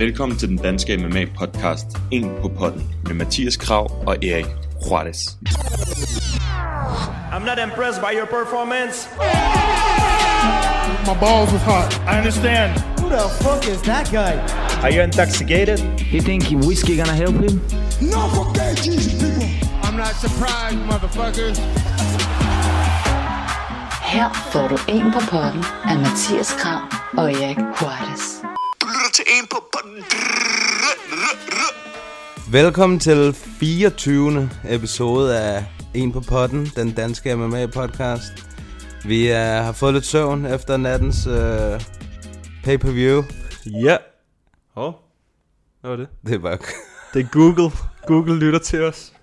Velkommen til den danske MMA-podcast, En på potten, med Mathias Krav og Erik Juarez. I'm not impressed by your performance. My balls was hot. I understand. Who the fuck is that guy? Are you intoxicated? You think whiskey gonna help him? No, fuck that, Jesus, people. I'm not surprised, motherfuckers. Her får du En på potten af Mathias Krav og Erik Juarez. Du lytter til En på potten. Velkommen til 24. episode af En på potten, den danske MMA-podcast. Vi har fået lidt søvn efter nattens pay-per-view. Ja. Hvad var det? Det er bare... Det er Google. Google lytter til os.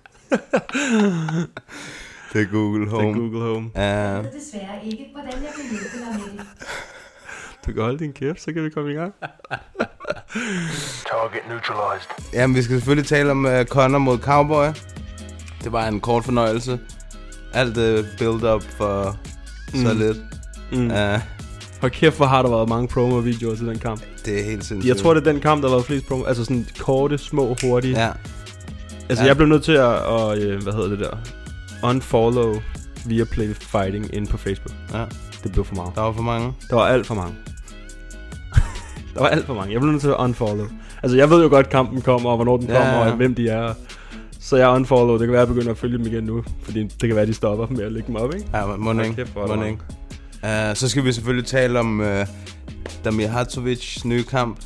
Det er Google Home. Det er Google Home. Jeg ved desværre ikke, hvordan jeg kan hjælpe dig med det. Du kan holde din kæft, så kan vi komme i gang. Target neutralized. Jamen, vi skal selvfølgelig tale om Conor mod Cowboy. Det var en kort fornøjelse. Alt build-up for så lidt. Hold kæft, hvor har der været mange promo-videoer til den kamp. Det er helt sindssygt. Jeg tror, det er den kamp, der har været flest promo. Altså sådan korte, små, hurtige. Ja. Altså, jeg blev nødt til at hvad hedder det der? Unfollow Viaplay Fighting inde på Facebook. Ja. Det blev for meget. Der var for mange. Der var alt for mange. Der var alt for mange. Jeg blev nødt til at unfollow. Altså, jeg ved jo godt, kampen kommer, og hvornår den kommer, og hvem de er. Så jeg unfollow. Det kan være, at jeg begynder at følge dem igen nu. Fordi det kan være, at de stopper med at lægge dem op, ikke? Ja, morning. Så skal vi selvfølgelig tale om Damir Hadzovics nye kamp.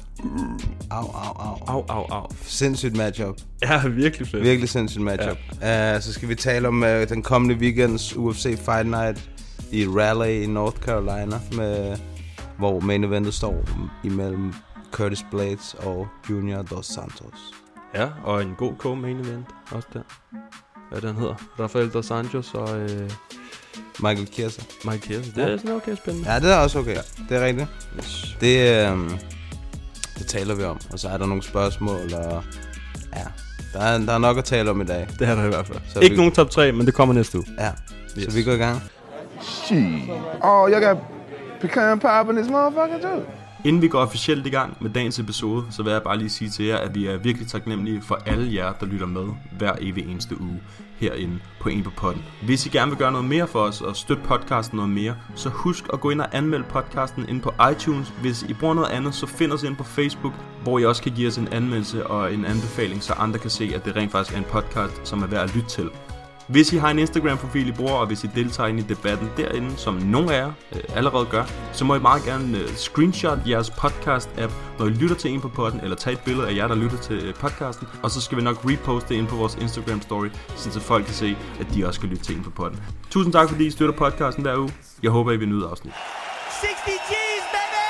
Au. Sindssygt matchup. Ja, virkelig fedt. Virkelig sindssygt matchup. Ja. Så skal vi tale om den kommende weekends UFC Fight Night i Raleigh i North Carolina, hvor main eventet står imellem Curtis Blades og Junior Dos Santos. Ja, og en god co-main event også der. Hvad den hedder? Rafael Dos Anjos og Michael Chiesa. Det er sådan okay spændende. Ja, det er også okay. Det er rigtigt. Yes. Det taler vi om. Og så er der nogle spørgsmål, og ja, der er nok at tale om i dag. Det er der i hvert fald. Så ikke nogen top 3, men det kommer næste uge. Ja, yes. Så vi går i gang. Shit. Oh, y'all got pecan pie in this motherfucker too. Inden vi går officielt i gang med dagens episode, så vil jeg bare lige sige til jer, at vi er virkelig taknemmelige for alle jer, der lytter med hver evig eneste uge herinde på En på potten. Hvis I gerne vil gøre noget mere for os og støtte podcasten noget mere, så husk at gå ind og anmelde podcasten inde på iTunes. Hvis I bruger noget andet, så find os inde på Facebook, hvor I også kan give os en anmeldelse og en anbefaling, så andre kan se, at det rent faktisk er en podcast, som er værd at lytte til. Hvis I har en Instagram-profil, I bruger, og hvis I deltager ind i debatten derinde, som nogle af jer allerede gør, så må I meget gerne screenshot jeres podcast-app, når I lytter til En på potten, eller tage et billede af jer, der lytter til podcasten, og så skal vi nok reposte det ind på vores Instagram-story, så folk kan se, at de også skal lytte til En på potten. Tusind tak, fordi I støtter podcasten hver uge. Jeg håber, I vil nyde afsnit. 60 G's,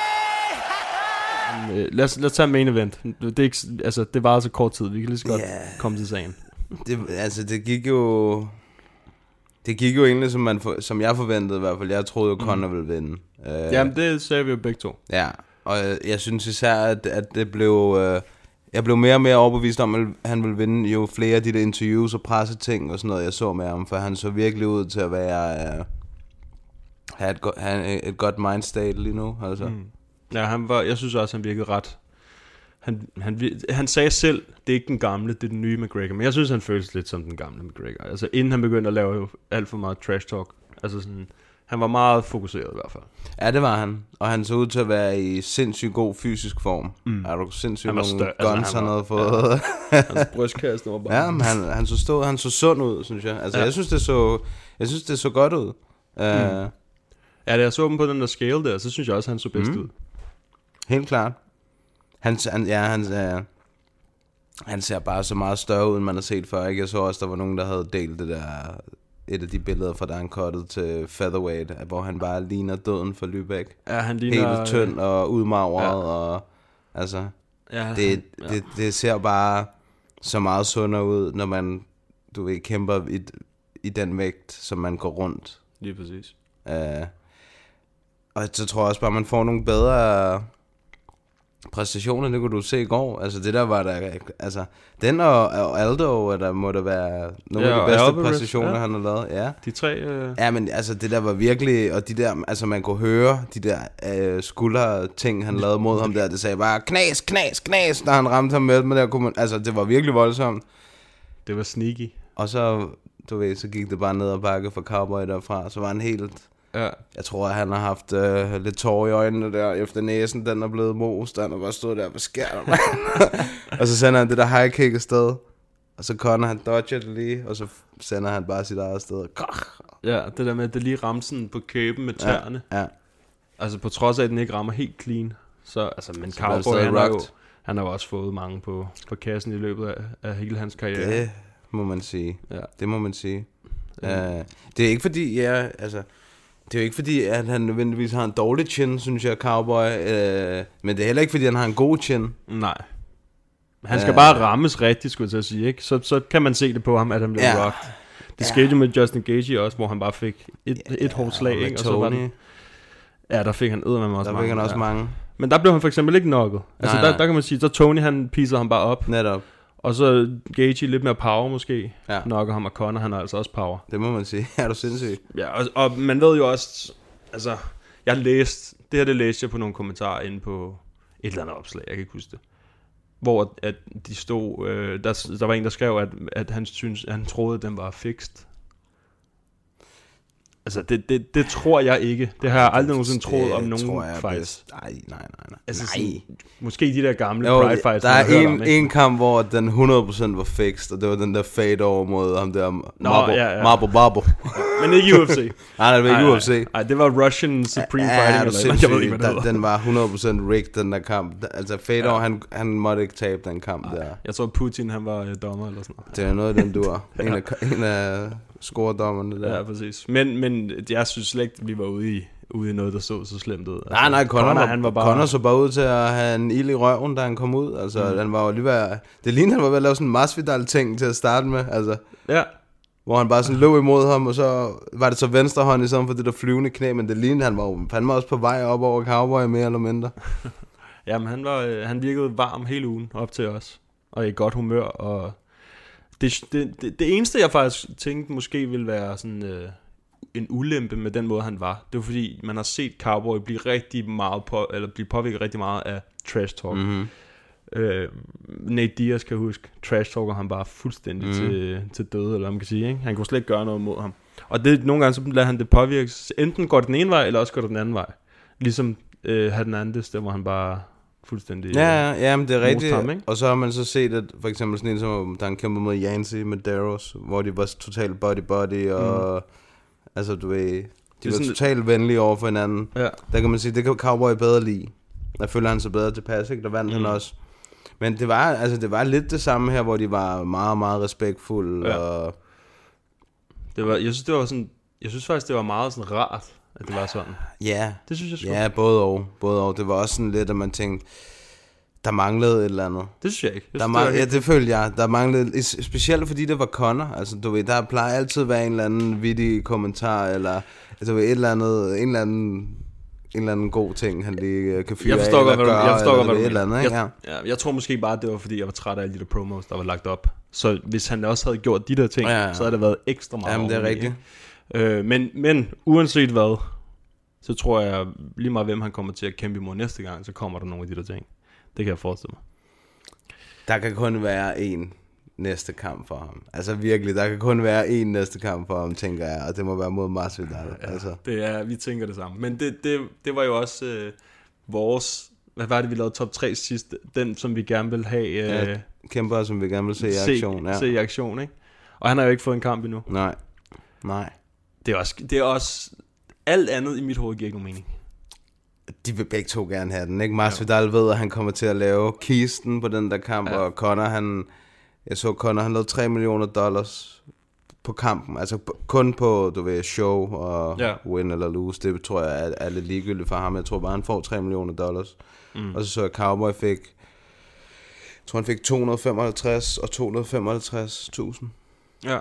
baby! Lad os tage main event. Det var så kort tid, vi kan lige så godt komme til sagen. Det gik jo egentlig som jeg forventede i hvert fald. Jeg troede jo Conor ville vinde. Jamen det sagde vi jo begge to. Ja, og jeg synes især at det blev jeg blev mere og mere overbevist om at han ville vinde jo flere af de der interviews og presseting og sådan noget jeg så med ham, for han så virkelig ud til at være have et godt mindstate lige nu, altså. Ja, jeg synes også han virkede ret. Han sagde selv, det er ikke den gamle, det er den nye McGregor. Men jeg synes, han føles lidt som den gamle McGregor. Altså inden han begyndte at lave alt for meget trash talk. Altså sådan, han var meget fokuseret i hvert fald. Ja, det var han. Og han så ud til at være i sindssygt god fysisk form. Er du sindssygt nogle guns han havde fået? Ja. Hans brystkasse var bare... Ja, men han så sund ud, synes jeg. Altså jeg synes det så godt ud. Ja, da jeg så dem på den der scale der, så synes jeg også, han så bedst ud. Helt klart. Han ser bare så meget større ud, end man har set før, ikke? Jeg så også, der var nogen, der havde delt et af de billeder fra, da han cuttede til featherweight, hvor han bare ligner døden for Lübeck. Ja, han ligner... Helt tynd og udmagret, og altså... Ja, det ser bare så meget sundere ud, når man, kæmper i den vægt, som man går rundt. Lige præcis. Og så tror jeg også bare, man får nogle bedre... præstationer, det kunne du se i går. Altså det der var der, altså den og Aldo, der må det være nogle af de bedste Alvarez, præstationer, han har lavet. Ja. De 3... Ja, men altså det der var virkelig, og de der, altså man kunne høre de der skulderting, han lavede mod ham der, det sagde bare knas, knas, knas, da han ramte ham med der kunne man, altså det var virkelig voldsomt. Det var sneaky. Og så, du ved, så gik det bare ned og bakke for Cowboy derfra, så var han helt... Ja. Jeg tror, at han har haft lidt tår i øjnene der, efter næsen, den er blevet most, han har bare stået der, hvad sker der, man? Og så sender han det der high kick afsted, og så Conor han dodger det lige, og så sender han bare sit eget sted. Ja, det der med, at det lige ramte sådan på kæben med tæerne. Ja. Altså på trods af, at den ikke rammer helt clean. Så, altså, men så Cowboy, han har jo også fået mange på kassen i løbet af hele hans karriere. Det må man sige. Ja. Det må man sige. Det er ikke fordi, det er jo ikke fordi, at han nødvendigvis har en dårlig chin, synes jeg, Cowboy. Men det er heller ikke fordi, han har en god chin. Nej. Han skal bare rammes rigtigt, skulle jeg til at sige, ikke? Så kan man se det på ham, at han bliver rocked. Det skete jo med Justin Gaethje også, hvor han bare fik et hårdt slag, ikke? Og så var den, der fik han eddermame også mange. Der fik han også mange. Men der blev han for eksempel ikke knocket. Altså der kan man sige, så Tony han piser ham bare op. Netop. Og så Gaethje lidt mere power måske. Knocker ham, og Conor han har altså også power. Det må man sige. Er du sindssyg? Ja, og man ved jo også, altså, jeg læste jeg på nogle kommentarer inde på et eller andet opslag, jeg kan ikke huske det. Hvor at de stod, der var en, der skrev, at han troede, at den var fixed. Altså, det tror jeg ikke. Det har jeg aldrig nogensinde troet om nogen fights. Nej. Altså, sådan, måske de der gamle jo, Pride fights. Der er en kamp, hvor den 100% var fixed, og det var den der fade over mod ham der Marbo. Men ikke UFC. Nej, det var ikke UFC. Nej, det var Russian Supreme Fighting. Jeg ved ikke, hvad det den var 100% rigged, den der kamp. Altså fade over, han måtte ikke tabe den kamp der. Jeg tror Putin, han var dommer eller sådan noget. Det er noget af den dur. En af scoredommerne der. Ja, præcis. Men jeg synes slet ikke, vi var ude i noget, der så slemt ud. Altså, nej, Conor så bare ud til at have en ild i røven, da han kom ud. Altså, han var jo lige ved det lignede, han var ved at lave sådan en Masvidal-ting til at starte med. Altså, ja. Hvor han bare sådan løb imod ham, og så var det så venstre hånd i stedet for det der flyvende knæ, men det lignede, han var også på vej op over Cowboy mere eller mindre. Jamen, han virkede varm hele ugen op til os, og i godt humør, og det eneste, jeg faktisk tænkte måske ville være sådan en ulempe med den måde, han var, det var fordi, man har set Cowboy blive rigtig meget blive påvirket rigtig meget af trash talk. Mm-hmm. Nate Diaz kan huske, trash talker han bare fuldstændig til døde, eller hvad man kan sige, ikke? Han kunne slet ikke gøre noget mod ham. Og det nogle gange så lader han det påvirke. Enten går det den ene vej, eller også går det den anden vej. Ligesom Hernandez, der hvor han bare fuldstændig ja, men det er rigtigt. Ham, og så har man så set, at for eksempel sådan en som der han kæmper mod Yancy med Daros, hvor de var totalt body og altså du ved, de var sådan totalt venlige over for hinanden. Ja. Der kan man sige, det kan Cowboy bedre lide. Der føler han sig bedre tilpas, ikke? Der vandt han også. Men det var lidt det samme her, hvor de var meget, meget respektfulde. Ja. Og jeg synes faktisk, det var meget sådan rart, at det var sådan. Ja. Det synes jeg sgu. Ja, både og. Det var også sådan lidt, at man tænkte, der manglede et eller andet. Det synes jeg ikke. Det følte jeg. Der manglede, specielt fordi det var Conor. Altså, du ved, der plejer altid at være en eller anden vittig kommentar, eller altså, en eller anden god ting, han lige kan fyre af. Jeg forstår godt, jeg tror måske bare, det var fordi, jeg var træt af alle de der promos, der var lagt op. Så hvis han også havde gjort de der ting, så havde det været ekstra meget. Jamen, det er rigtigt. Men uanset hvad, så tror jeg lige meget, hvem han kommer til at kæmpe imod næste gang, så kommer der nogle af de der ting. Det kan jeg forestille mig. Der kan kun være en næste kamp for ham. Altså virkelig, der kan kun være en næste kamp for ham, tænker jeg, og det må være mod Masvidal. Ja, altså. Vi tænker det samme. Men det var jo også vores, hvad var det, vi lavede top 3 sidst, den som vi gerne vil have. Kæmper, som vi gerne vil se i aktion. Se i aktion, ikke? Og han har jo ikke fået en kamp endnu. Nej. Det er også alt andet i mit hoved giver ikke nogen mening. De vil begge to gerne have den, ikke? Masvidal ved, at han kommer til at lave kisten på den der kamp, og Conor, jeg så Conor, han lavede $3 million på kampen, altså kun på, du ved, show og win eller lose, det tror jeg er lidt ligegyldigt for ham. Jeg tror bare, han får $3 million. Og så Cowboy fik, jeg tror han fik 255 og 255.000. Ja.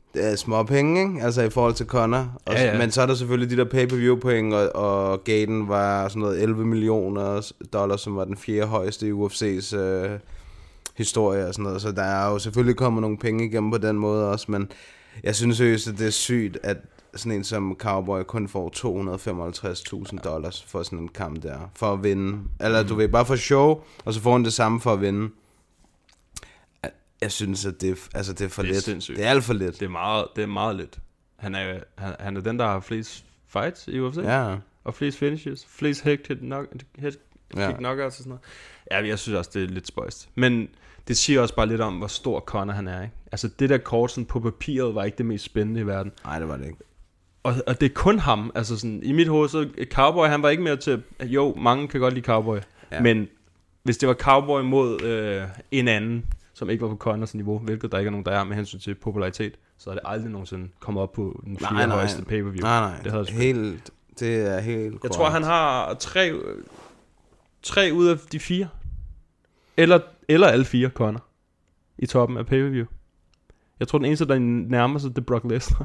Det er små penge, ikke? Altså i forhold til Conor. Ja. Men så er der selvfølgelig de der pay-per-view-point, og gaten var sådan noget $11 millioner, som var den 4. højeste i UFC's historie og sådan noget. Så der er jo selvfølgelig kommet nogle penge igennem på den måde også, men jeg synes seriøst, at det er sygt, at sådan en som Cowboy kun får $255,000 for sådan en kamp der, for at vinde. Eller du ved, bare for show, og så får han det samme for at vinde. Jeg synes, at det er for lidt. Sindssygt. Det er alt for lidt. Det er meget lidt. Han er den, der har flest fights i UFC. Ja. Og flest finishes. Flest head kick knockouts og sådan noget. Ja, jeg synes også, det er lidt spøjst. Men det siger også bare lidt om, hvor stor Conor han er, ikke? Altså det der kort sådan på papiret var ikke det mest spændende i verden. Nej, det var det ikke. Og det er kun ham. Altså sådan, i mit hoved, så Cowboy, han var ikke mere til... Jo, mange kan godt lide Cowboy. Ja. Men hvis det var Cowboy mod en anden, som ikke var på Conors niveau, hvilket der ikke er nogen, der er med hensyn til popularitet, så er det aldrig nogensinde kommet op på den 4. højeste pay-per-view. Nej. Det er helt jeg tror, han har 3 ud af de 4. Eller alle 4 Conor i toppen af pay-per-view. Jeg tror, den eneste, der nærmer sig, det er Brock Lesnar.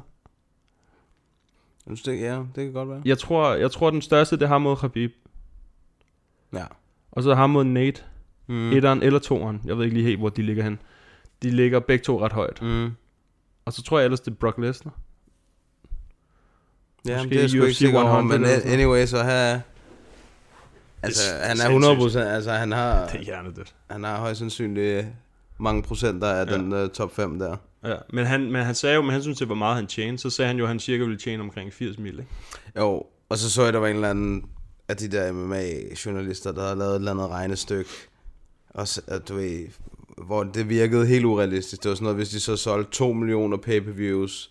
Ja, det kan godt være. Jeg tror den største, det har mod Khabib. Ja. Og så har mod Nate. Etteren eller toeren. Jeg ved ikke lige helt, hvor de ligger hen. De ligger begge to ret højt. Og så tror jeg ellers, det er Brock Lesnar. Ja, måske det er sgu ikke sikker over, men anyway, så her... Altså, han er 100%, altså han har... Det er hjernedødt. Han har højst sandsynligt mange procenter af den top 5 der. Ja, men han sagde jo med hensyn til, hvor meget han tjener, så sagde han jo, at han cirka ville tjene omkring 80 mil, ikke? Jo, og så jeg, der var en eller anden af de der MMA-journalister, der havde lavet et eller andet regnestykke, og du ved, hvor det virkede helt urealistisk. Det var sådan noget, hvis de så solgte 2 millioner pay-per-views,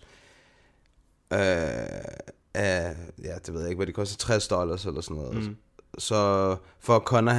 det ved jeg ikke, hvad det koster, $60 eller sådan noget. Så for at Conor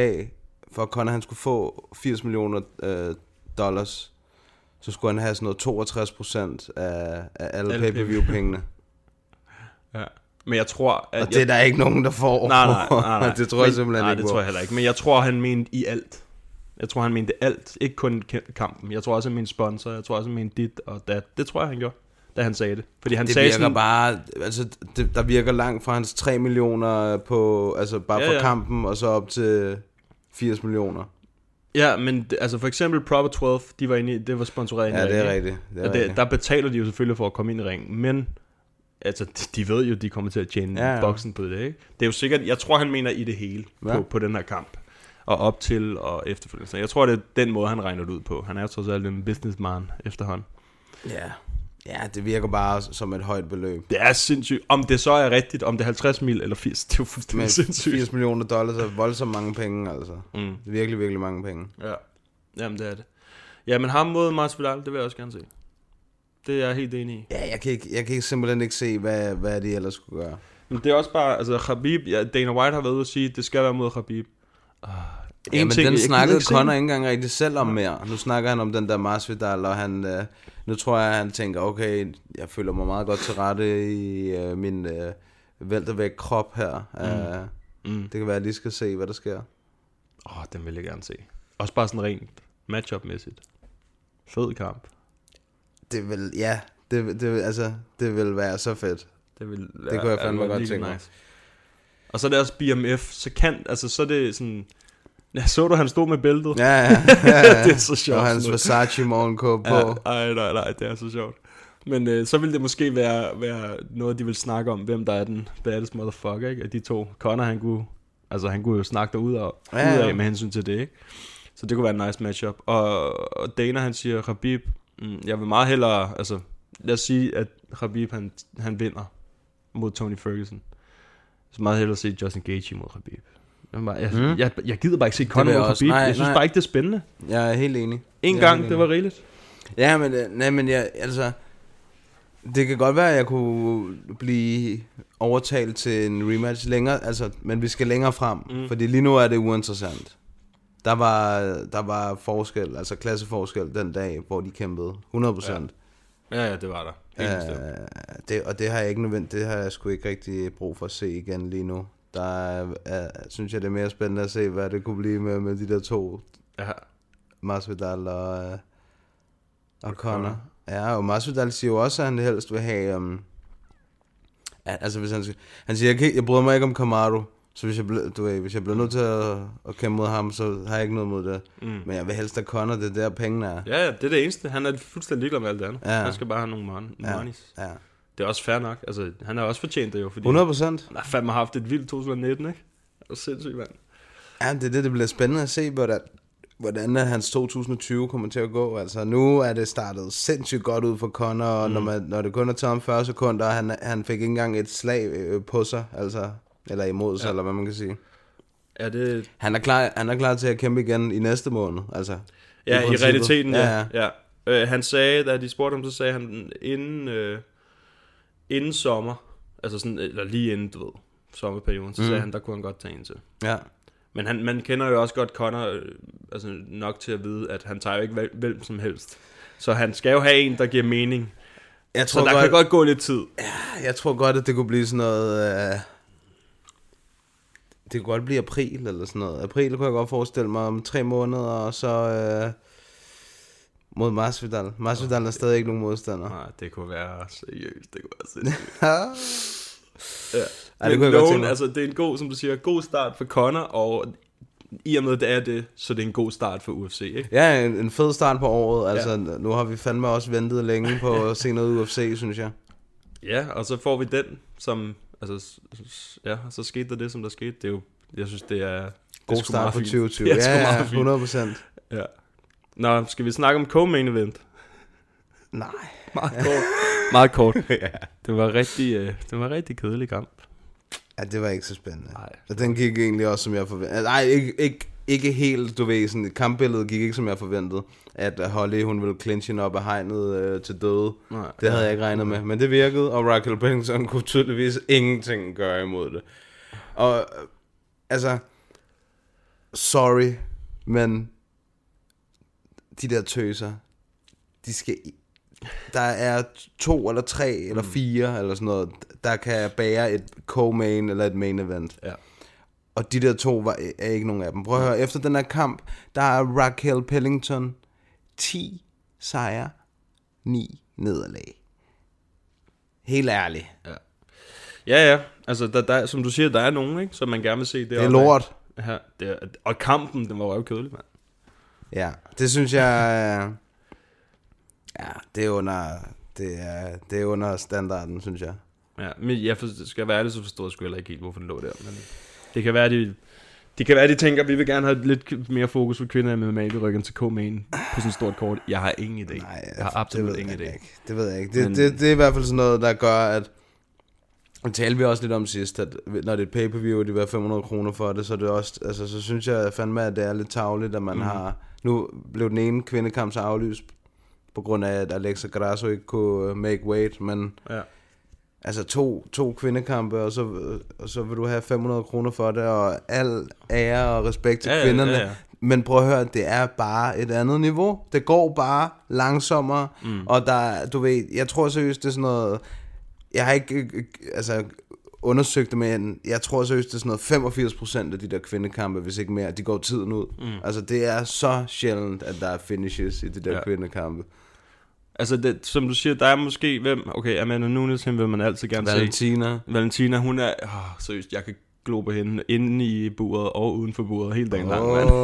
han skulle få 80 millioner dollars, så skulle han have sådan noget 62% af alle pay-per-view-pengene. Ja. Men jeg tror... At og det er der ikke nogen, der får. Nej. Det tror jeg simpelthen ikke. Nej, det tror jeg heller ikke. Men jeg tror, han mente i alt. Jeg tror, han mente alt. Ikke kun kampen. Jeg tror også, han mente sponsor. Jeg tror også, han mente dit og dat. Det tror jeg, han gjorde, da han sagde det. Fordi han det sagde virker sådan, bare... Altså, der virker langt fra hans 3 millioner på... Altså, bare for kampen, og så op til 80 millioner. Ja, men altså for eksempel Proper 12, de var inde i, det var sponsoreret ind i ringen. Ja, det er rigtigt. Der betaler de jo selvfølgelig for at komme ind i ringen, men altså de ved jo, de kommer til at tjene boksen på det, ikke? Det er jo sikkert, jeg tror han mener i det hele på den her kamp, og op til og efterfølgende. Så jeg tror, det er den måde, han regner det ud på. Han er jo trods alt en businessman efterhånden. Ja, det virker bare som et højt beløb. Det er sindssygt. Om det så er rigtigt, om det er 50 mil eller 80, det er jo fuldstændig sindssygt. 80 millioner dollars er voldsomt mange penge, altså. Virkelig, virkelig mange penge. Ja, jamen det er det. Ja, men ham mod Masvidal, det vil jeg også gerne se. Det er jeg helt enig i. Ja, jeg kan simpelthen ikke se, hvad de ellers skulle gøre. Men det er også bare, altså Khabib, Dana White har været ude at sige, at det skal være mod Khabib. Men den snakkede Conor ikke engang rigtig selv om mere. Nu snakker han om den der Masvidal, og han, nu tror jeg, han tænker, okay, jeg føler mig meget godt til rette i min væltervæk krop her. Det kan være, at jeg lige skal se, hvad der sker. Den vil jeg gerne se. Også bare sådan rent matchup-mæssigt. Fed kamp. Det vil, ja, det vil være så fedt. Det kunne jeg fandme godt tænke mig. Og så er det også BMF, så er det sådan... Ja, så du, han stod med bæltet? Ja. Det er så sjovt. Og hans Versace morgenkåb på. Nej, det er så sjovt. Men så vil det måske være noget, de vil snakke om, hvem der er den baddest motherfucker, ikke? Af de to. Conor, han kunne jo snakke derud af med hensyn til det, ikke? Så det kunne være en nice matchup. Og Dana, han siger, Khabib, jeg vil meget hellere, altså, lad os sige, at Khabib, han vinder mod Tony Ferguson. Så meget hellere se Justin Gaethje mod Khabib. Jeg gider bare ikke se Conor mod Khabib. Jeg synes bare ikke, det er spændende. Jeg er helt enig. En gang, det var rigeligt. Ja, men altså... Det kan godt være, at jeg kunne blive overtalt til en rematch længere, altså, men vi skal længere frem, fordi lige nu er det uinteressant. Der var forskel, altså klasseforskel den dag, hvor de kæmpede 100%. Ja, det var der. Og det har jeg ikke nødvendigt, det har jeg sgu ikke rigtig brug for at se igen lige nu. Synes jeg, det er mere spændende at se, hvad det kunne blive med de der to. Masvidal og Conor. Ja, og Masvidal siger jo også, at han helst vil have... altså, hvis han siger, jeg bryder mig ikke om Kamaru, så hvis jeg bliver nødt til at kæmpe mod ham, så har jeg ikke noget mod det. Men jeg vil helst have Conor, det der pengene er. Ja, det er det eneste. Han er fuldstændig ligeglad med alt det andet. Ja. Han skal bare have nogle monies. Ja. Det er også fair nok. Altså, han har også fortjent det jo, fordi 100%. Han har fandme haft et vildt 2019, ikke? Det er sindssygt, mand. Ja, det bliver spændende at se, hvordan hans 2020 kommer til at gå. Altså, nu er det startet sindssygt godt ud for Conor, og når det kun er taget om 40 sekunder, og han fik ikke engang et slag på sig, altså, eller imod sig, eller hvad man kan sige. Er det... Han er klar til at kæmpe igen i næste måned, altså. Ja, i realiteten, ja. Han sagde, da de spurgte ham, så sagde han, inden sommer, altså sådan, eller lige inden, du ved, sommerperioden, så sagde han, der kunne han godt tage en til. Ja. Men man kender jo også godt Conor, altså nok til at vide, at han tager jo ikke hvem som helst. Så han skal jo have en, der giver mening. Så der kan godt gå lidt tid. Ja, jeg tror godt, at det kunne blive sådan noget... det kunne godt blive april eller sådan noget. April kunne jeg godt forestille mig om 3 måneder, og så... mod Masvidal. Masvidal er stadig ikke nogen modstander. Nej, det kunne være seriøst. Det kunne være sindssygt. Ja. Men altså, det er en god, som du siger, god start for Conor, og i og med det er det, så det er en god start for UFC, ikke? Ja, en fed start på året. Altså, nu har vi fandme også ventet længe på at se noget UFC, synes jeg. Ja, og så får vi den, som, altså, ja, så skete der det, som der skete. Det er jo, jeg synes, det er... God start for 2020. Ja, 100%. Ja. Nå, skal vi snakke om co-main event? Nej. Meget kort. Ja. Det var rigtig kedelig kamp. Ja, det var ikke så spændende. Nej. Den gik egentlig også, som jeg forventede. Nej, ikke helt, du ved, sådan, kampbilledet gik ikke, som jeg forventede. At Holly, hun ville clinche hende op af hegnet til døde. Nej, det havde jeg ikke regnet med. Men det virkede, og Raquel Pennington kunne tydeligvis ingenting gøre imod det. Og, altså, sorry, men de der tøser, de skal... Der er 2 eller 3 eller 4 eller sådan noget, der kan bære et co-main eller et main event. Ja. Og de der 2 er ikke nogen af dem. Prøv at høre, efter den her kamp, der er Raquel Pennington 10 sejre, 9 nederlag. Helt ærligt. Ja. Altså, der, som du siger, der er nogen, ikke, som man gerne vil se. Det er lort. Ja, og kampen, den var jo kedelig, mand. Ja, det synes jeg... Ja, det er under standarden, synes jeg. Ja, men jeg skal være ærlig, så forstår jeg sgu heller ikke helt, hvorfor den lå der. Men det kan være, de tænker, at vi vil gerne have lidt mere fokus på kvinder med MMA i ryggen til K-main på sådan et stort kort. Jeg har ingen idé. Nej, jeg har absolut ingen idé. Det ved jeg ikke. Det er i hvert fald sådan noget, der gør, at... Det talte vi også lidt om sidst, at når det er et pay-per-view, og det vil 500 kroner for det, så er det også... Altså, så synes jeg fandme, at det er lidt tarveligt, at man har... Nu blev den ene kvindekamp så aflyst, på grund af, at Alexa Grasso ikke kunne make weight, men altså to kvindekampe, og så vil du have 500 kroner for det, og al ære og respekt til kvinderne. Ja. Men prøv at høre, det er bare et andet niveau. Det går bare langsommere, og der, du ved, jeg tror seriøst, det er sådan noget, jeg har ikke undersøgt det, men jeg tror seriøst, det er sådan noget 85% af de der kvindekampe, hvis ikke mere, de går tiden ud. Altså, det er så sjældent, at der er finishes i de der kvindekampe. Altså, det, som du siger, der er måske, Amanda Nunes, hende vil man altid gerne se. Valentina, hun er, seriøst, jeg kan glo på hende, inde i buret og uden for buret, hele dagen lang, mand.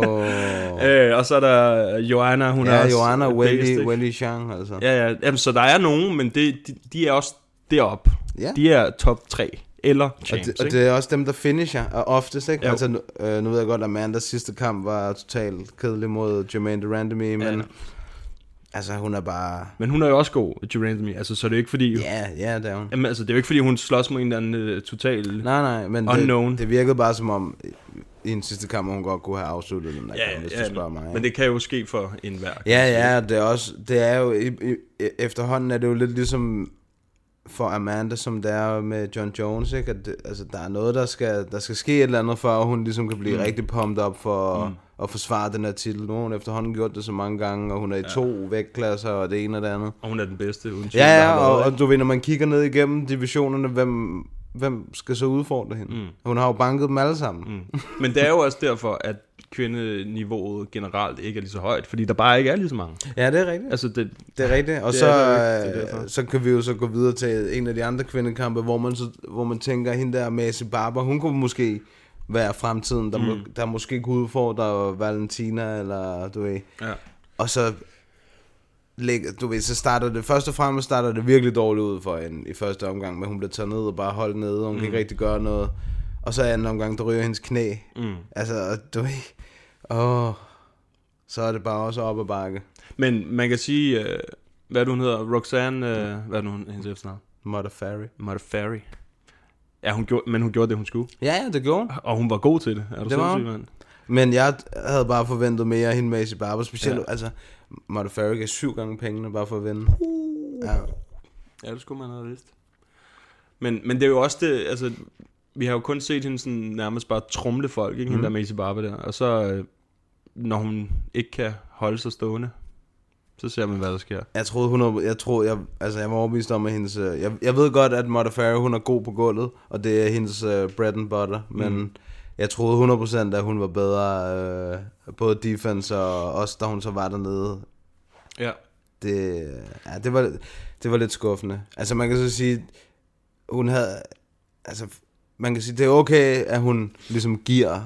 Og så er der Joanna, hun er også... Joanna og Weili Zhang, altså. Ja, jamen, så der er nogen, men de er også deroppe. Ja. De er top 3. Eller champs, og det er også dem, der finisher oftest, ikke? Altså, nu ved jeg godt, at Amandas sidste kamp var totalt kedelig mod Jermaine Durandamy, men... Altså, hun er bare... Men hun er jo også god, Durandamy, altså, så det er ikke fordi... Ja, det er hun. Jamen, altså, det er jo ikke fordi, hun slås mod en eller anden total nej, men unknown. Det virkede bare som om, i en sidste kamp, hun godt kunne have afsluttet den der kamp, hvis du spørger mig. Men det kan jo ske for enhver. Ja, det er jo... Efterhånden er det jo lidt ligesom... for Amanda, som det er med John Jones, ikke? At altså, der er noget, der skal ske et eller andet, for at hun ligesom kan blive rigtig pumped op for at forsvare den her titel. Nu har hun efterhånden gjort det så mange gange, og hun er i 2 vægtklasser, og det ene og det andet. Og hun er den bedste, uden tvivl. Ja, og du ved, når man kigger ned igennem divisionerne, hvem skal så udfordre hende? Hun har jo banket dem alle sammen. Men det er jo også derfor, at kvindeniveauet generelt ikke er lige så højt, fordi der bare ikke er lige så mange. Ja, det er rigtigt. Altså det er rigtigt. Og så kan vi jo så gå videre til en af de andre kvindekampe, hvor man tænker, hende der Maycee Barber, hun kunne måske være fremtiden, der måske kunne udfordre Valentina, eller du ved. Ja. Og så så starter det, først og fremmest starter det virkelig dårligt ud for hende i første omgang, men hun bliver taget ned og bare holdt nede, og hun kan ikke rigtig gøre noget. Og så anden omgang, der ryger hendes knæ. Altså, du ved, så er det bare også op ad bakke. Men man kan sige, hvad hun hedder, Roxanne, hvad er det nu hendes efternavn? Modafferi. Ja, hun gjorde det, hun skulle. Ja, det gjorde hun. Og hun var god til det. Er du sindssyg, mand? Men jeg havde bare forventet mere af hende Maycee Barber, specielt, altså, Modafferi gav 7 gange pengene bare for at vinde. Ja, det skulle man have vidst. Men det er jo også det, altså, vi har jo kun set hende sådan nærmest bare trumle folk, ikke? Hende der Maycee Barber der. Og så, når hun ikke kan holde sig stående, så ser man, hvad der sker. Jeg var overbevist om, at hendes... Jeg ved godt, at Modafferi, hun er god på gulvet, og det er hendes bread and butter, men jeg troede 100%, at hun var bedre, både defense og også, da hun så var dernede. Ja. Det var lidt skuffende. Altså, man kan så sige, hun havde... Altså, man kan sige, det er okay, at hun ligesom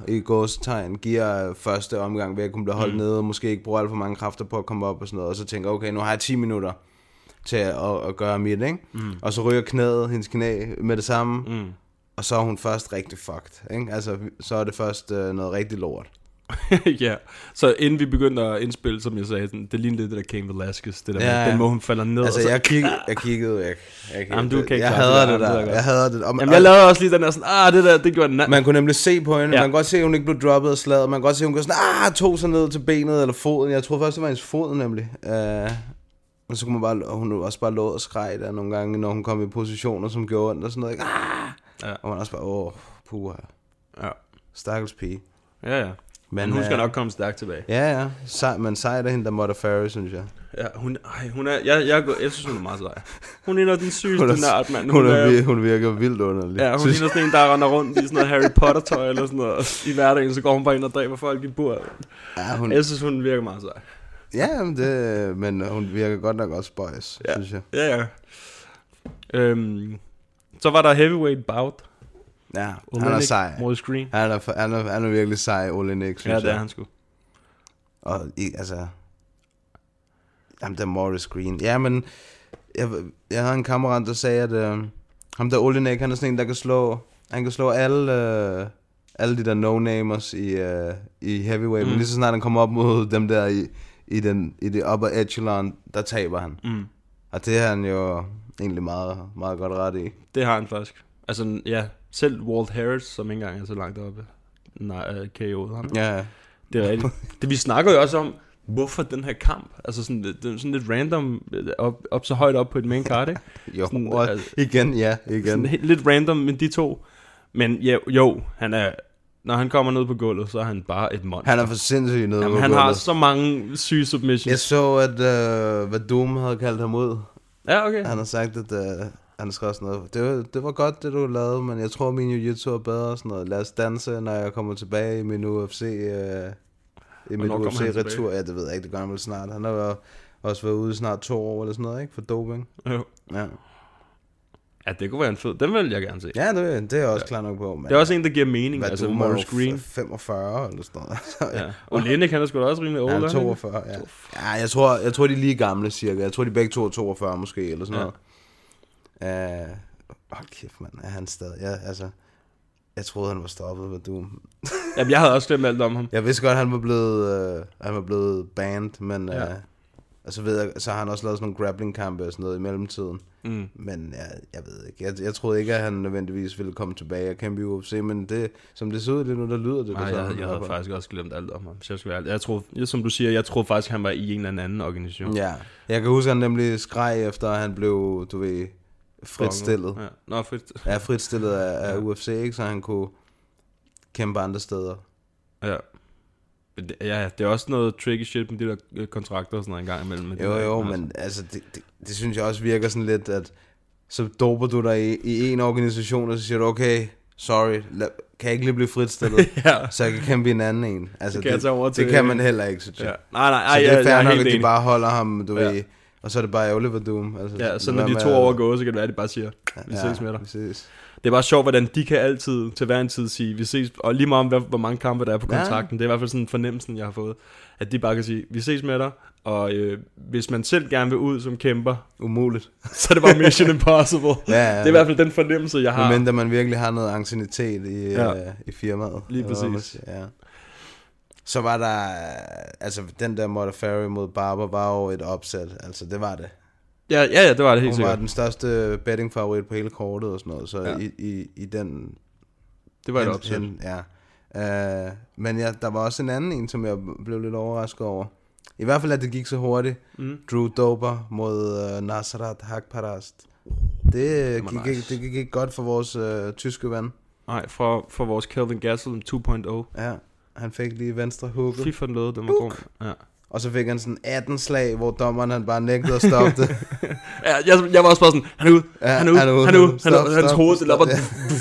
giver første omgang ved at kunne blive holdt nede, og måske ikke bruge alt for mange kræfter på at komme op og sådan noget, og så tænker, okay, nu har jeg 10 minutter til at gøre mit, ikke? Og så ryger hendes knæ med det samme, og så er hun først rigtig fucked, ikke? Altså, så er det først noget rigtig lort. Ja, så inden vi begyndte at indspille, som jeg sagde, det lignede lidt det der Cain Velasquez, det der med, den måde hun falder ned. Altså, jeg kiggede ikke. Jeg hader det der. Jeg hader det. Jamen, jeg lavede også lige den der sådan, det der, det gjorde den. Man kunne nemlig se på hende, man kan godt se, at hun ikke blev droppet og slaget, man kan godt se, at hun går sådan, tog sig ned til benet eller foden. Jeg tror først, det var hendes fod nemlig. Og så kunne man bare, og hun også bare lå og skreg der nogle gange, når hun kom i positioner, som gjorde ondt og sådan noget. Og man også bare, puha. Ja. Stakkels pige. Ja. Men hun skal nok komme stærkt tilbage. Ja. Men sejt af hende, der Modafferi, synes jeg. Ja, hun er... Jeg synes, hun er meget sej. Hun er den sygeste nørd, mand. Hun virker vildt underlig. Ja, hun ligner sådan en, der render rundt i sådan noget Harry Potter-tøj eller sådan noget. I hverdagen, så går hun bare ind og dræber folk i bur. Ja, jeg synes, hun virker meget sej. Ja, men hun virker godt nok også boys, synes jeg. Ja. Så var der heavyweight bout. Ja, han er sej. Han er virkelig sej, Oleinik, synes jeg. Ja, det er han sgu. Og altså... Ham der Maurice Green. Ja, men... Jeg havde en kammerat, der sagde, at... ham der Oleinik, han er sådan en, der kan slå... Han kan slå alle de der no-namers i heavyweight. Men lige så snart han kommer op mod dem der i det upper echelon, der taber han. Og det har han jo egentlig meget, meget godt ret i. Det har han faktisk. Altså, ja... Selv Walt Harris, som ikke engang er så langt oppe, KO'ede ham. Ja. Det er rigtigt. Vi snakker jo også om, hvorfor den her kamp, altså sådan lidt random, op så højt op på et main card, ikke? Jo, sådan, igen. Lidt random med de to. Men han er, når han kommer ned på gulvet, så er han bare et monster. Han er for sindssygt nede på gulvet. Han har så mange syge submissions. Jeg så, at hvad Doom havde kaldt ham ud. Ja, okay. Han har sagt, at... Han skrev sådan noget, det var godt, det du lavede, men jeg tror, min jiu-jitsu er bedre, sådan noget. Lad os danse, når jeg kommer tilbage i min UFC, UFC-retur. Ja, det ved jeg ikke, det gør han vel snart. Han har også været ude i snart 2 år eller sådan noget, ikke? For doping. Jo. Ja, det kunne være en fed. Den vil jeg gerne se. Ja, det er jeg også klar nok på. Men det er også en, der giver mening. Hvad, altså Maurice Green 45 eller sådan noget. Ja. Og Oleinik, han er sgu da også rimelig old. Ja, 42, ja. Ja, jeg tror, de er lige gamle cirka. Jeg tror, de begge to er 42 måske, eller sådan noget. Kæft, mand, er han stadig... Jeg troede, han var stoppet med Doom. Jamen, jeg havde også glemt alt om ham. Jeg vidste godt, han var blevet banned, men så har han også lavet sådan nogle grappling-kampe og sådan noget i mellemtiden. Men jeg ved ikke. Jeg troede ikke, at han nødvendigvis ville komme tilbage og kæmpe i UFC, men det, som det ser ud lige nu, der lyder det. Nej, jeg havde faktisk også glemt alt om ham. Jeg troede, som du siger, jeg troede faktisk, han var i en eller anden organisation. Ja, jeg kan huske, han nemlig skreg efter, at han blev, du ved... fritstillet. Fritstillet af UFC, ikke? Så han kunne kæmpe andre steder. Ja, det er også noget tricky shit med de der kontrakter og sådan noget en gang imellem. Jo, men altså, det synes jeg også virker sådan lidt, at så doper du dig i en organisation, og så siger du, okay, sorry, kan jeg ikke lige blive fritstillet, så jeg kan kæmpe en anden en. Altså, det kan man heller ikke, synes jeg. Nej, så det er fair nok, at de bare holder ham, du ved, og så er det bare Oliver Doom. Altså, ja, så når de 2 år går, så kan det være, at de bare siger, vi ses med dig. Det er bare sjovt, hvordan de kan altid til hver en tid sige, vi ses, og lige meget om, hvor mange kampe der er på kontrakten. Det er i hvert fald sådan en fornemmelsen, jeg har fået, at de bare kan sige, vi ses med dig, og hvis man selv gerne vil ud som kæmper, umuligt, så er det bare mission impossible. Det er i hvert fald den fornemmelse, jeg har. Men man virkelig har noget anciennitet i firmaet. Lige præcis. Ja. Så var der, altså den der Modafferi mod Barber var jo et opsæt, altså det var det. Ja, det var det helt sikkert. Hun var den største betting favorit på hele kortet og sådan noget, så i den... Det var et opsæt. Men der var også en anden en, som jeg blev lidt overrasket over. I hvert fald, at det gik så hurtigt. Drew Dober mod Nasrat Haqparast. Det gik ikke godt for vores tyske ven. Nej, for vores Kelvin Gastelum 2.0. Ja, han fik lige venstre hooket. Fy for den lød, den var god. Ja. Og så fik han sådan 18 slag, hvor dommeren han bare nægtede at stoppe det. jeg var også bare sådan, han er ude. Hans hoved stille op og...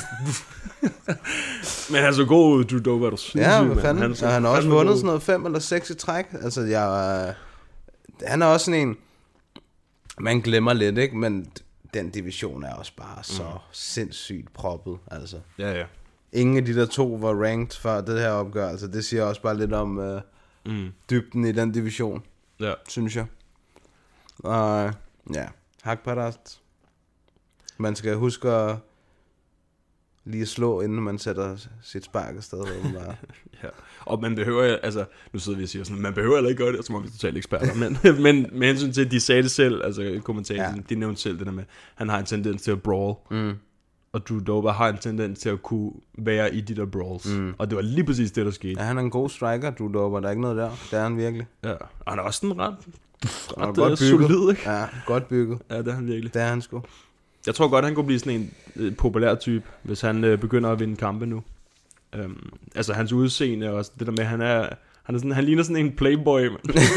Men han så god ud, Drew Dober, du sindssyg. Ja, hvad fanden? Han har også vundet sådan noget 5 eller 6 i træk. Altså, han er også sådan en... Man glemmer lidt, ikke? Men den division er også bare så sindssygt proppet, altså. Ja. Ingen af de der 2 var ranked før det her opgør. Altså, det siger også bare lidt om dybden i den division, synes jeg. Og Haqparast. Man skal huske at lige slå, inden man sætter sit spark afsted. Ja. Og man behøver, altså, nu sidder vi og siger sådan, man behøver heller ikke gøre det, som om vi er totalt eksperter, men med hensyn til, de sagde det selv, altså kommentatoren, de nævnte selv det der med, han har en tendens til at brawl, og Drew Dober har en tendens til at kunne være i de der brawls, og det var lige præcis det, der skete. Ja, han er en god striker, Drew Dober, der er ikke noget der, det er han virkelig. Ja, og han er også sådan ret godt solid, ikke? Ja, godt bygget. Ja, det er han virkelig. Det er han sgu. Jeg tror godt, han kunne blive sådan en populær type, hvis han begynder at vinde kampe nu. Altså hans udseende og det der med, han ligner sådan en playboy.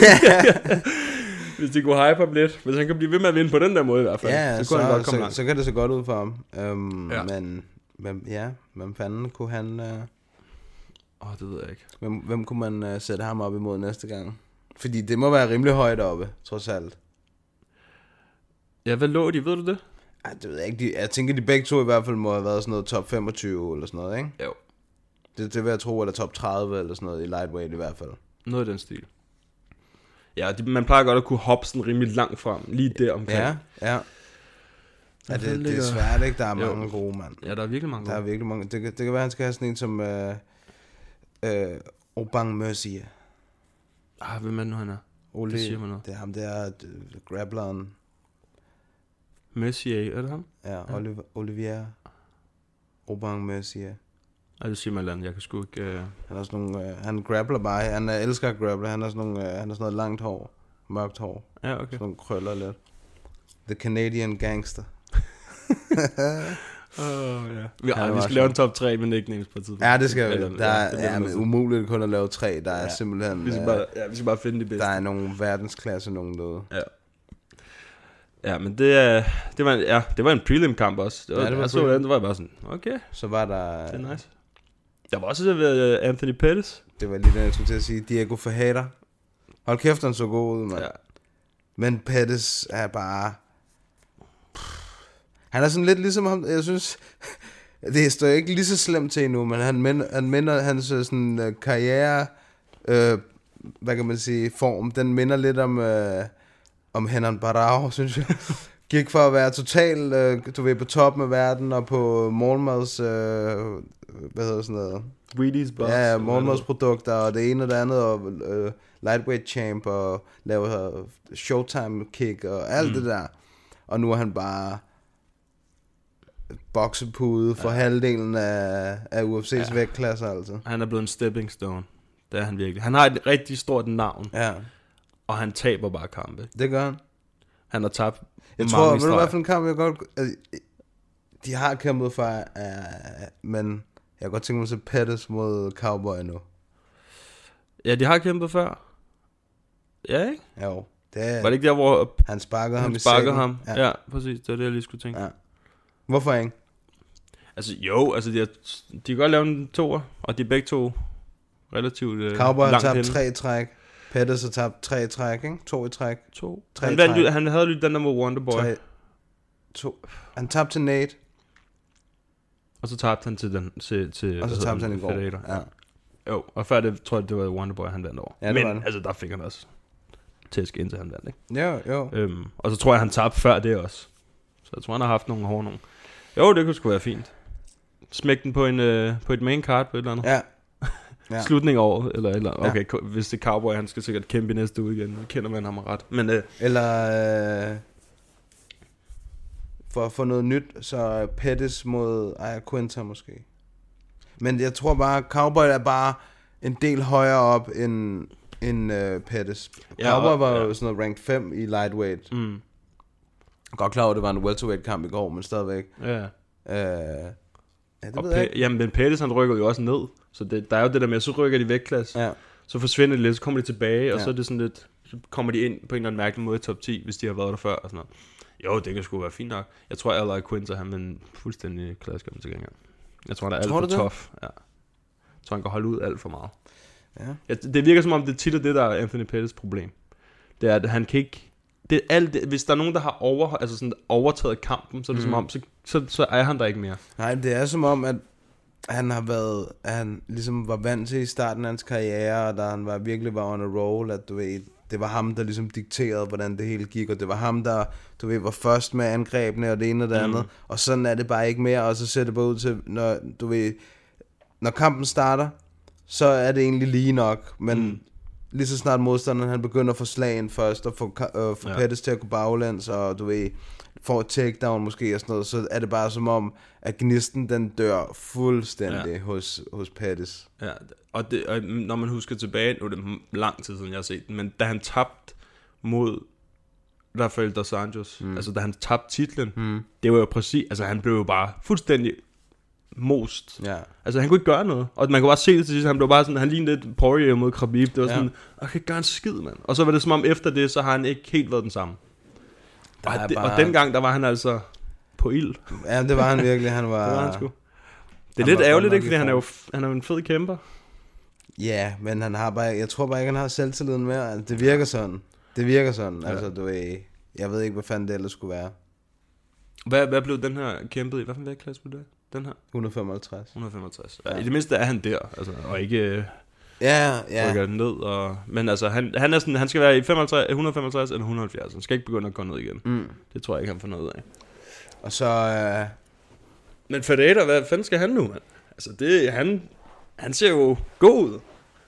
Hvis de kunne hype op lidt. Hvis han kan blive ved med at vinde på den der måde i hvert fald, så kunne han godt komme langt. Så kan det så godt ud for ham. Men hvem fanden kunne han... det ved jeg ikke. Hvem kunne man sætte ham op imod næste gang? Fordi det må være rimelig højt oppe, trods alt. Ja, hvad lå de? Ved du det? Ej, det ved jeg ikke. Jeg tænker, de begge to i hvert fald må have været sådan noget top 25 eller sådan noget, ikke? Jo. Det vil jeg tro, eller top 30 eller sådan noget i lightweight i hvert fald. Noget i den stil. Ja, man plejer godt at kunne hoppe sådan rimelig langt frem, lige der omkring. Ja, det er svært, ikke? Der er mange gode, mand. Ja, der er virkelig mange gode. Der er virkelig mange. Det kan være, han skal have sådan en som Obang Mercier. Hvem er det nu, han er? Det siger man noget. Det er ham, det er grappleren. Mercier, er det ham? Ja, Olivier Obang Mercier. Det siger man land, jeg kan sgu ikke... Han er sådan nogle, han grappler bare, han elsker at grapple, han har sådan noget langt hår, mørkt hår. Ja, okay. Sådan nogle krøller lidt. The Canadian Gangster. Vi skal lave en top 3 med nicknames på tidspunkt. Ja, det skal vi. Der er umuligt kun at lave 3, der er simpelthen... Vi skal bare finde de bedste. Der er nogle verdensklasse nogen derude. Ja, men det var en prelim kamp også. Det var bare sådan, okay. Så var der... Det er nice. Der var også Anthony Pettis. Det var lige det, jeg skulle til at sige. Diego Ferreira. Hold kæft, han så god ud, mand. Ja. Men Pettis er bare... Han er sådan lidt ligesom ham, jeg synes... Det står ikke lige så slemt til endnu, men han minder hans sådan karriere... hvad kan man sige? Form. Den minder lidt om Henan Barao, synes jeg. Gik for at være total, på toppen af verden, og på morgenmads, hvad hedder sådan noget? Wheaties box. Ja, morgenmadsprodukter, og det ene og det andet, og lightweight champ, og laver showtime kick, og alt det der. Og nu er han bare boksepude for halvdelen af UFC's vægtklasser, altså. Han er blevet en stepping stone. Det er han virkelig. Han har et rigtig stort navn. Ja. Og han taber bare kampe. Det gør han. Han har tabt jeg tror, ved du hvad for en kamp, jeg godt... de har kæmpet for, men jeg kan godt tænke mig at se Pettis mod Cowboy nu. Ja, de har kæmpet før. Ja, ikke? Jo. Var det ikke der, hvor... Han sparkede ham i sengen? Ja, præcis. Det var det, jeg lige skulle tænke. Ja. Hvorfor ikke? Altså jo, altså de kan godt lave en toer, og de er begge to relativt Cowboy har langt tabt henne. 3 i træk. Pettis har tabt 3 i træk, ikke? 2 i træk. 2. 3 Han havde lyttet den der mod Wonderboy. 2. Han tabte til Nate. Og så tabte han til den til og så tabte han i går. Federator. Ja. Jo, og før det tror jeg det var Wonderboy han vandt over. Ja, men altså der fik han også tæsk indtil han vandt, ikke? Jo. Og så tror jeg han tabte før det også. Så jeg tror han har haft nogle hårde nogle. Jo, det kunne sgu være fint. Smæk den på et main card på et eller andet. Ja. Slutning af året eller okay, hvis det er Cowboy, han skal sikkert kæmpe i næste uge igen. Kender man ham ret. Men eller for at få noget nyt, så Pettis mod Quinter måske. Men jeg tror bare Cowboy er bare en del højere op end Pettis. Cowboy var jo sådan noget ranked 5 i lightweight. Godt klar over, det var en welterweight kamp i går, men stadigvæk. Ja. Det ved jeg ikke. Jamen, men Pettis han rykker jo også ned. Så der er jo det der med, så rykker de vægtklasse. Ja. Så forsvinder de lidt, så kommer de tilbage, og så er det sådan lidt, så kommer de ind på en eller anden mærkelig måde i top 10, hvis de har været der før og sådan noget. Jo, det kan sgu være fint nok. Jeg tror, at Al Quinter, han er en fuldstændig klasker til gengæld. Jeg tror, han er alt for tough. Ja. Jeg tror, han kan holde ud alt for meget. Ja. Det virker som om, det tit er det, der er Anthony Pettis problem. Det er, at han kan ikke... hvis der er nogen, der har overtaget kampen, så er det som om, så er han der ikke mere. Nej, det er som om, at han ligesom var vant til i starten af hans karriere, og da han virkelig var on a roll, at du ved, det var ham, der ligesom dikterede, hvordan det hele gik, og det var ham, der, du ved, var først med angrebene og det ene og det andet, og sådan er det bare ikke mere, og så ser det bare ud til, når kampen starter, så er det egentlig lige nok, men lige så snart modstanderen, han begynder at få slagen først, og få Pettis til at gå baglæns, og du ved, får et takedown måske og sådan noget, så er det bare som om, at gnisten, den dør fuldstændig hos Pettis. Ja, og når man husker tilbage, nu er det lang tid siden, jeg har set den, men da han tabte mod Rafael dos Anjos, altså da han tabte titlen, det var jo præcis, altså han blev jo bare fuldstændig most. Ja. Altså han kunne ikke gøre noget, og man kunne bare se det til sidst, han blev bare sådan, han lignede lidt Poirier mod Khabib, det var sådan, jeg kan ikke gøre en skid, mand. Og så var det som om efter det, så har han ikke helt været den samme. Og dengang, der var han altså på ild. Ja, det var han virkelig, han var... det var han sgu. Det er lidt ærgerligt, ikke, fordi han er jo en fed kæmper. Ja, men han har bare, jeg tror bare ikke, han har selvtilliden mere. Altså, det virker sådan. Ja. Altså, du ved, jeg ved ikke, hvad fanden det ellers skulle være. Hvad blev den her kæmpet i? Hvad for en vægtklasse blev det? Den her? 155. Ja. I det mindste er han der, altså, og ikke... rykker den ned, men altså han er sådan, han skal være i 155 eller 170. Han skal ikke begynde at gå ned igen. Det tror jeg ikke han får noget af. Og så men Federator, hvad fanden skal han nu, mand? Altså det han ser jo god ud.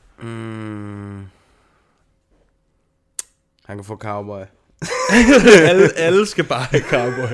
Han kan få Cowboy. alle skal bare have Cowboy.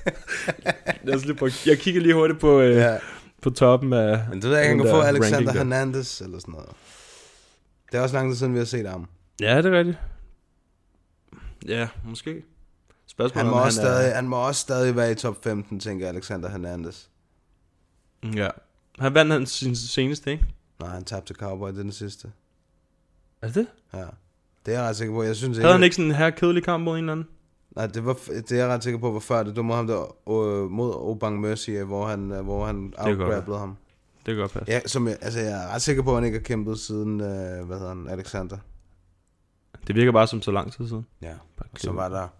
Jeg kigger lige hurtigt på toppen af... Men det ved jeg, han kan få Alexander Hernandez eller sådan noget. Det er også lang tid siden, vi har set ham. Ja, det er rigtigt. Ja, måske. Spørgsmålet han må også stadig være i top 15, tænker Alexander Hernandez. Ja. Han vandt sin seneste, ikke? Nej, han tabte til Cowboy, det er den sidste. Er det? Ja. Det er jeg ret sikker på. Jeg synes, havde han ikke sådan en her kedelig kamp mod en eller anden? Nej, det er jeg ret sikker på, var før det. Du må ham der mod Obang Mercy, hvor han outgrapplede ham. Det kan godt passe. Ja, jeg er ret sikker på, at han ikke har kæmpet siden, Alexander. Det virker bare som så lang tid siden. Ja, så var der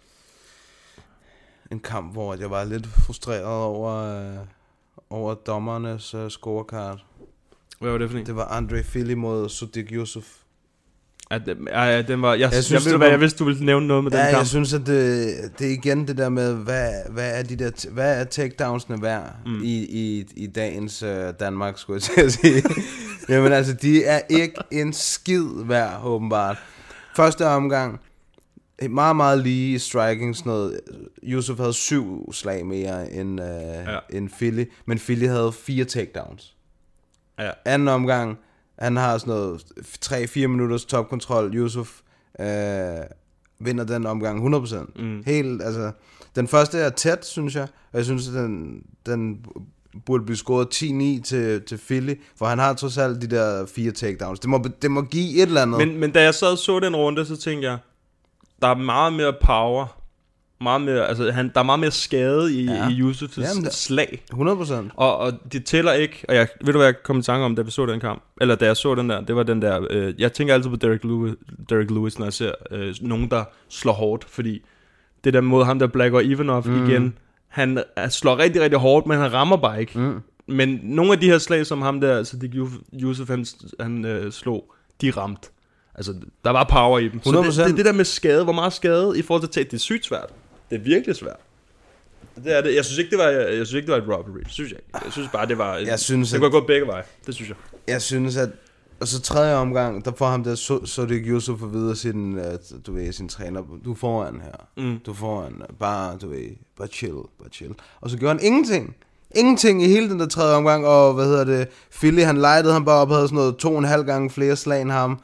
en kamp, hvor jeg var lidt frustreret over dommernes scorecard. Hvad var det for en? Det var Andre Fili mod Sodiq Yusuff. Den var... Jeg vidste, du ville nævne noget med den kamp. Ja, jeg synes, at det er igen det der med, hvad er takedownsene værd i dagens Danmark, skulle jeg til at sige. Jamen altså, de er ikke en skid værd, åbenbart. Første omgang, meget, meget lige striking, sådan noget. Yusuff havde 7 slag mere end Fili, men Fili havde 4 takedowns. Ja. Anden omgang, han har sådan noget 3-4 minutters topkontrol. Yusuff vinder den omgang 100%. Helt, altså, den første er tæt, synes jeg. Og jeg synes, at den burde blive scoret 10-9 til Fili, for han har trods alt de der 4 takedowns. Det må give et eller andet. Men da jeg så den runde, så tænkte jeg, der er meget mere power meget mere, altså der er meget mere skade i Yusufs slag. 100%. Og det tæller ikke, og ved du hvad jeg kom i tanke om, da vi så den kamp? Eller da jeg så den der, det var den der, jeg tænker altid på Derek Lewis, når jeg ser nogen, der slår hårdt, fordi det der mod ham, der Black og Ivanov igen, han slår rigtig, rigtig hårdt, men han rammer bare ikke. Men nogle af de her slag, som ham der, altså Yusuf, han slog, de ramte. Altså, der var power i dem. 100%. Så det der med skade, hvor meget skade i forhold til tage, det er sygt svært. Det er virkelig svært. Det er det. Jeg synes ikke, det var et robbery. Det synes jeg ikke. Jeg synes bare, det var... det kunne gå begge veje. Det synes jeg. Jeg synes, at... Og så tredje omgang, der får ham der Sodiq Yusuf at vide sin træner, du er foran her. Du er foran. Bare chill. Og så gjorde han ingenting. Ingenting i hele den der tredje omgang. Og Philly, han lightede ham bare op og havde sådan noget 2,5 gange flere slag end ham.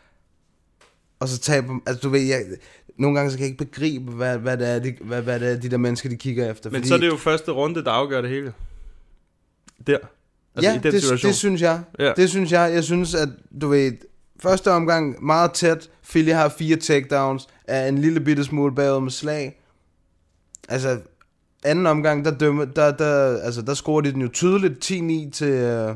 Og så taber, altså nogle gange så kan jeg ikke begribe, hvad det er, de der mennesker, de kigger efter. Men så er det jo første runde, der afgør det hele. Der. Altså ja, det synes jeg. Ja. Det synes jeg. Jeg synes, at første omgang meget tæt. Philly har 4 takedowns, er en lille bitte smule bagud med slag. Altså, anden omgang, der scorer de den jo tydeligt 10-9 til,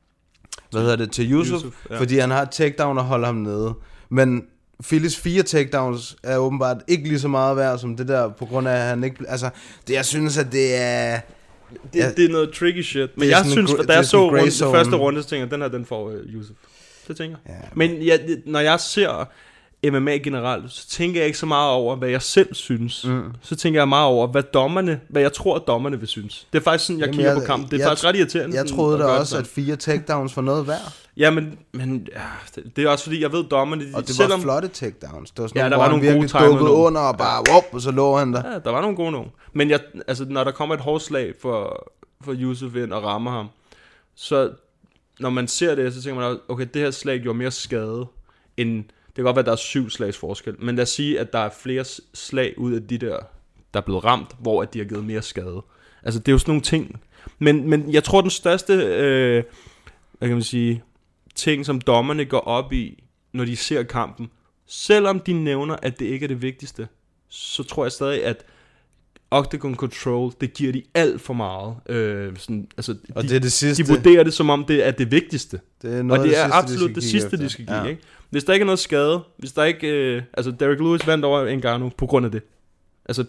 til Yusuf, fordi han har et takedown og holder ham nede. Men Phillys 4 takedowns er åbenbart ikke lige så meget værd som det der, på grund af, at han ikke... Altså, jeg synes, at det er... Det er noget tricky shit. Men jeg synes, da jeg så første runde, så tænker jeg, den får Yusuf. Det tænker jeg. Ja, men når jeg ser MMA generelt, så tænker jeg ikke så meget over, hvad jeg selv synes. Så tænker jeg meget over, hvad jeg tror, dommerne vil synes. Det er faktisk sådan, jeg kigger på kampen. Det er faktisk ret irriterende. Jeg troede da også, at 4 takedowns var noget værd. Ja, men det er også fordi, jeg ved dommerne... Og det var flotte takedowns. Det var sådan der var nogle gode timede under, og bare, og så lå han der. Ja, der var nogle gode nogen. Men når der kommer et hårdt slag for Yusuf ind og rammer ham, så når man ser det, så tænker man, okay, det her slag gjorde mere skade, end... Det kan godt være, at der er 7 slags forskel, men lad os sige, at der er flere slag ud af de der er blevet ramt, hvor at de har givet mere skade. Altså, det er jo sådan nogle ting. Men jeg tror, den største hvad kan man sige, ting, som dommerne går op i, når de ser kampen, selvom de nævner, at det ikke er det vigtigste, så tror jeg stadig, at Octagon Control, det giver de alt for meget. Altså, og det er det sidste. De vurderer det, som om det er det vigtigste. Det er noget og det er sidste, absolut det sidste, de skal give. Ikke? Hvis der ikke er noget skade, hvis der ikke... altså, Derek Lewis vandt over Ngannou på grund af det. Altså,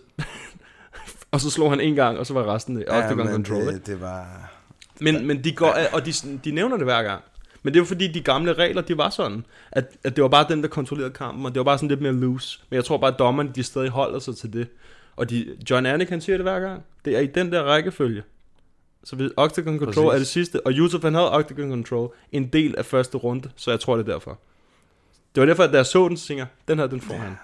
og så slog han en gang, og så var resten Octagon Control. Det var... Men de går... Og de nævner det hver gang. Men det er jo fordi, de gamle regler, de var sådan, at det var bare den, der kontrollerede kampen, og det var bare sådan lidt mere loose. Men jeg tror bare, at dommerne, de stadig holder sig til det. Og John Anik, han siger det hver gang. Det er i den der rækkefølge. Så hvis Octagon Control er det sidste, og Yusuf, han havde Octagon Control en del af første runde, så jeg tror, det er derfor. Det var derfor, at da jeg så den, så tænker den får han.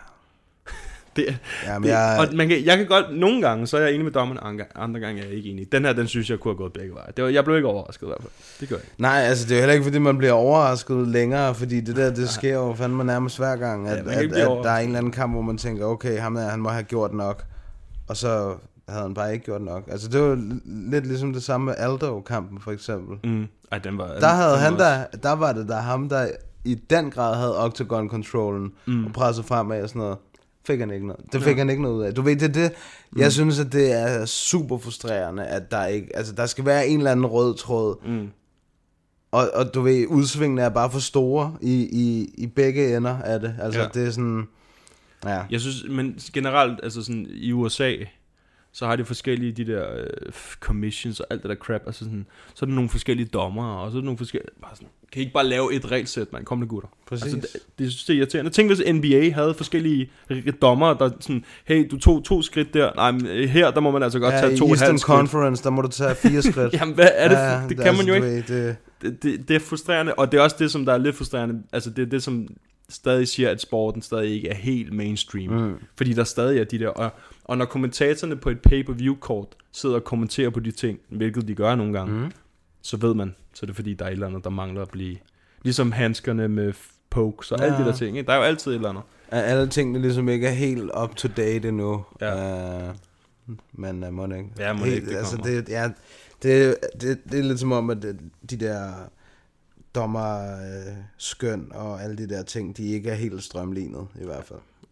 Jeg kan godt, nogle gange, så er jeg enig med dommerne, andre gange er jeg ikke enig. Den synes jeg kunne have gået begge veje. Jeg blev ikke overrasket i hvert fald. Det gør jeg ikke. Nej, altså det er jo heller ikke, fordi man bliver overrasket længere, fordi det sker jo fandme nærmest hver gang, at der er en eller anden kamp, hvor man tænker, okay, han må have gjort nok, og så havde han bare ikke gjort nok. Altså det var lidt ligesom det samme med Aldo-kampen for eksempel. Ej, den var... Der var det ham, der i den grad havde Octagon-controllen og presset fremad og sådan noget. Fik han ikke noget. Det fik han ikke noget ud af. Du ved, det. Jeg synes, at det er super frustrerende, at der ikke... Altså, der skal være en eller anden rød tråd. Og du ved, udsvingene er bare for store i begge ender af det. Altså, det er sådan... Ja. Jeg synes, men generelt, altså sådan i USA, så har de forskellige de der commissions og alt det der crap, altså sådan, så er der nogle forskellige dommere, og så er der nogle forskellige, bare sådan, kan I ikke bare lave et regelsæt, man, kom det gutter. Præcis. Altså, det synes jeg er irriterende. Tænk, hvis NBA havde forskellige dommere, der sådan, hey, du tog 2 skridt der, nej, men her, der må man altså godt tage 2,5 skridt. I Eastern Conference, der må du tage 4 skridt. Jamen, hvad er det? Det kan altså, man jo ikke. Det er frustrerende, og det er også det, som der er lidt frustrerende, altså det er det, som stadig siger, at sporten stadig ikke er helt mainstream, fordi der stadig er de der, og når kommentatorerne på et pay-per-view-kort sidder og kommenterer på de ting, hvilket de gør nogle gange, så ved man, så er det fordi, der er et eller andet, der mangler at blive, ligesom handskerne med pokes og alle de der ting, ikke? Der er jo altid et eller andet. Alle tingene ligesom ikke er helt up to date endnu, men må det ikke. Ja, må det ikke, det altså, det er lidt som om, at de der dommer skøn og alle de der ting, de ikke er helt strømlignet i hvert fald.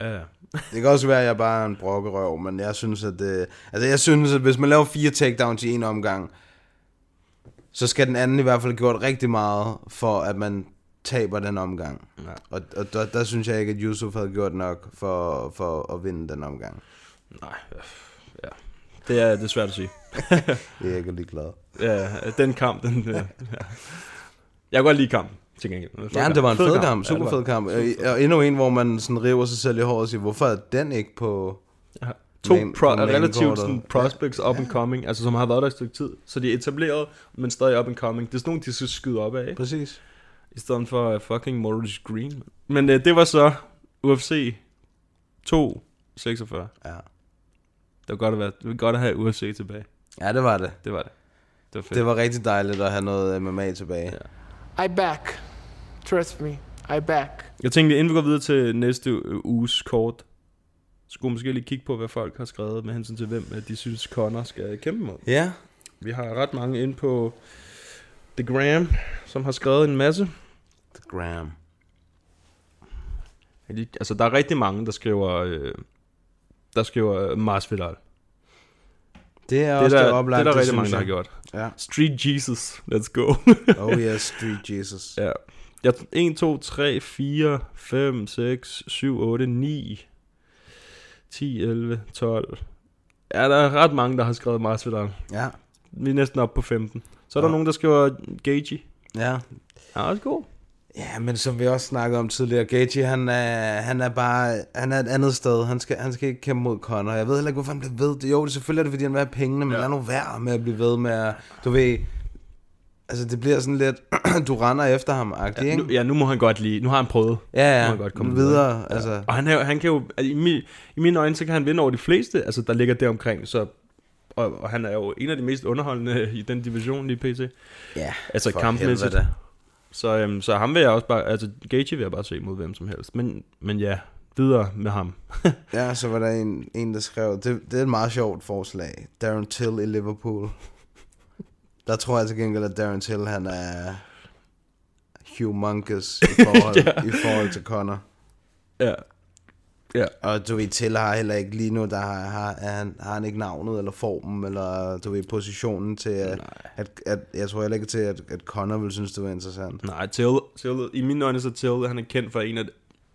Ja. Det kan også være, at jeg bare er en brokkerøv, men jeg synes, at hvis man laver 4 takedowns i en omgang, så skal den anden i hvert fald gjort rigtig meget for, at man taber den omgang. Ja. Og der synes jeg ikke, at Yusuf havde gjort nok for at vinde den omgang. Nej, ja. Det er svært at sige. Jeg er ikke lige glad. Ja, den kamp, ja. Jeg kan godt lide kampen, til gengæld. Ja, det var en fed kamp, super fed kamp. Og endnu en, hvor man sådan river sig selv i håret og siger, hvorfor er den ikke på... Ja. To relativt sådan, prospects up and coming, altså som har været der et stykke tid. Så de er etableret, men stadig up and coming. Det er sådan nogle, de skal skyde op af. Præcis. I stedet for fucking Maurice Green. Men det var så UFC 246. Ja. Det var godt at have UFC tilbage. Ja, det var det. Det var fedt. Det var rigtig dejligt at have noget MMA tilbage. Ja. I back. Trust me. I back. Jeg tænkte, inden vi går videre til næste uges kort, skulle måske lige kigge på, hvad folk har skrevet med hensyn til, hvem de synes, Conor skal kæmpe mod. Ja. Vi har ret mange inde på The Gram, som har skrevet en masse. The Gram. Altså, der er rigtig mange, der skriver Masvidal. Det er også det oplagt, det er der rigtig mange, der har gjort. Ja. Street Jesus, let's go. Oh yes, Street Jesus. Ja. 1, 2, 3, 4, 5, 6, 7, 8, 9, 10, 11, 12. Ja, der er ret mange, der har skrevet Masvidal. Ja. Vi er næsten oppe på 15. Så er der nogen, der skriver Gaethje. Ja. Ja, også god. Ja, men som vi også snakkede om tidligere, Gaethje, han er et andet sted. Han skal ikke kæmpe mod Conor. Jeg ved heller ikke, hvorfor han bliver ved. Jo, selvfølgelig er det, fordi han vil have pengene, men lad nu være med at blive ved med at, du ved, altså det bliver sådan lidt, du render efter ham, ikke? Nu må han godt lige, nu har han prøvet. Ja, nu må han godt komme videre. Ja. Altså. Og han kan jo, altså, i mine øjne, så kan han vinde over de fleste, altså der ligger der omkring, så... Og han er jo en af de mest underholdende i den division lige pt. Ja, altså kampmæssigt. Så ham vil jeg også bare, altså Gaethje vil jeg bare se mod hvem som helst. Men ja, videre med ham. Ja, så var der en der skrev, det er et meget sjovt forslag. Darren Till i Liverpool. Der tror jeg til gengæld, at Darren Till, han er humongous i forhold til Conor. Ja. Ja. Og du ved, Till har heller ikke lige nu, der har han ikke navnet eller formen, eller du ved, positionen til, at jeg tror heller ikke til, at Conor vil synes, det var interessant. Nej, Till i mine øjne så Till, han er kendt for en af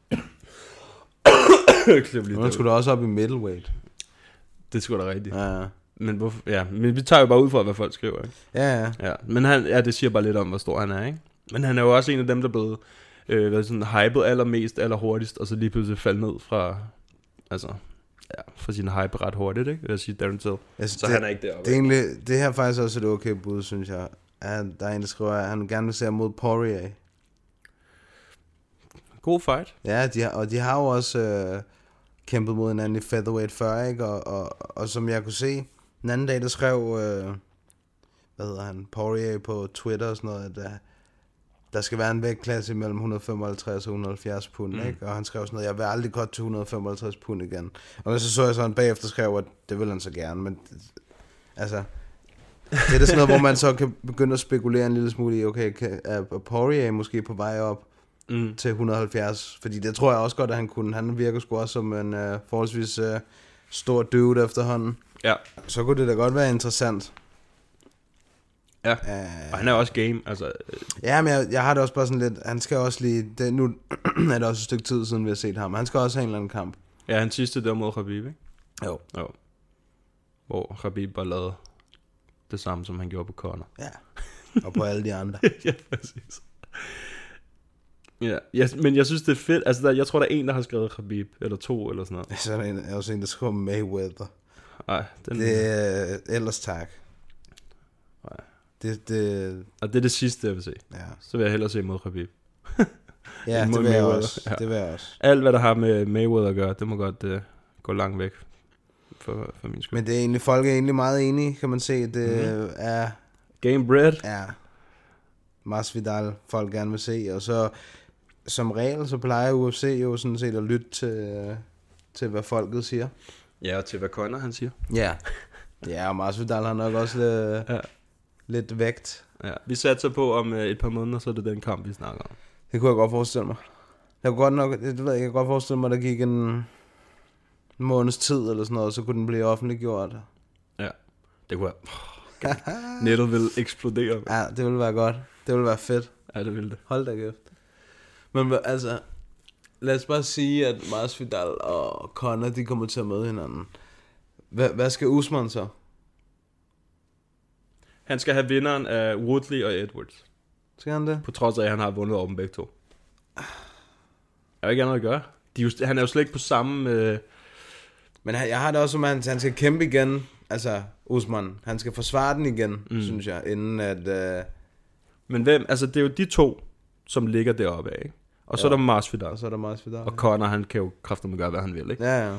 Nu skulle da også op i middleweight. Det skulle da rigtigt. Ja. Men vi tager jo bare ud fra, hvad folk skriver, ikke? Ja. Men det siger bare lidt om, hvor stor han er, ikke? Men han er jo også en af dem, der er blevet sådan hypet allermest, allerhurtigst, og så lige pludselig faldt ned fra, altså, ja, fra sin hype ret hurtigt, ikke? Jeg siger Darren Till. Så han er ikke deroppe. Det her er faktisk også et okay bud, synes jeg. Der er en, der skriver, at han gerne vil se mod Poirier. God fight. Ja, de har jo også kæmpet mod hinanden i featherweight før, ikke? Og som jeg kunne se, den anden dag, der skrev, hvad hedder han, Poirier på Twitter og sådan noget, at der skal være en vægtklasse mellem 155 og 170 pund, ikke? Og han skrev sådan noget, jeg vil aldrig godt til 155 pund igen. Og så jeg sådan bagefter skrev, at det vil han så gerne, men altså, det er sådan noget, hvor man så kan begynde at spekulere en lille smule i, okay, er Poirier måske på vej op til 170? Fordi det tror jeg også godt, at han kunne. Han virker sgu også som en forholdsvis stor dude efterhånden. Ja. Så kunne det da godt være interessant. Ja, og han er også game, altså. Ja, men jeg har det også bare sådan lidt, han skal også lige, nu er det også et stykke tid siden, vi har set ham. Han skal også have en eller anden kamp. Ja, han sidste der mod Khabib, ikke? Jo. Hvor Khabib bare lavede det samme, som han gjorde på Conor. Ja, og på alle de andre. Ja, præcis. Ja, men jeg synes, det er fedt. Altså, jeg tror, der er en, der har skrevet Khabib, eller 2, eller sådan noget. Så er der også en, der skriver Mayweather. Nej, det er ellers tak. Og det er det sidste, jeg vil se. Ja. Så vil jeg hellere se mod Khabib. Ja, det vil jeg også. Ja. Det vil jeg også. Alt, hvad der har med Mayweather at gøre, det må godt gå langt væk for min skyld. Men det er egentlig, folk er egentlig meget enige, kan man se. Det er... Game bread. Ja. Masvidal, folk gerne vil se. Og så, som regel, så plejer UFC jo sådan set at lytte til hvad folket siger. Ja, og til hvad Conor han siger. Ja. Ja, og Masvidal har nok også lidt vægt. Ja, vi satser på om et par måneder, så er det den kamp, vi snakker om. Det kunne jeg godt forestille mig. Jeg kunne godt forestille mig, at der gik en måneds tid eller sådan noget, så kunne den blive offentliggjort. Ja, det kunne være... Nettet ville eksplodere. Ja, det ville være godt. Det ville være fedt. Ja, det ville det. Hold da kæft. Men altså, lad os bare sige, at Masvidal og Conor, de kommer til at møde hinanden. Hvad skal Usman så? Han skal have vinderen af Woodley og Edwards. Skal han det? På trods af, at han har vundet over dem begge to. Jeg har ikke andet at gøre. Han er jo slet ikke på samme... Men jeg har det også som, at han skal kæmpe igen. Altså, Usman. Han skal forsvare den igen, synes jeg, inden at... Men hvem? Altså, det er jo de to, som ligger deroppe af, ikke? Og så er der Masvidal. Og så er der Masvidal. Og Conor, han kan jo kraftedeme gøre, hvad han vil, ikke? Ja.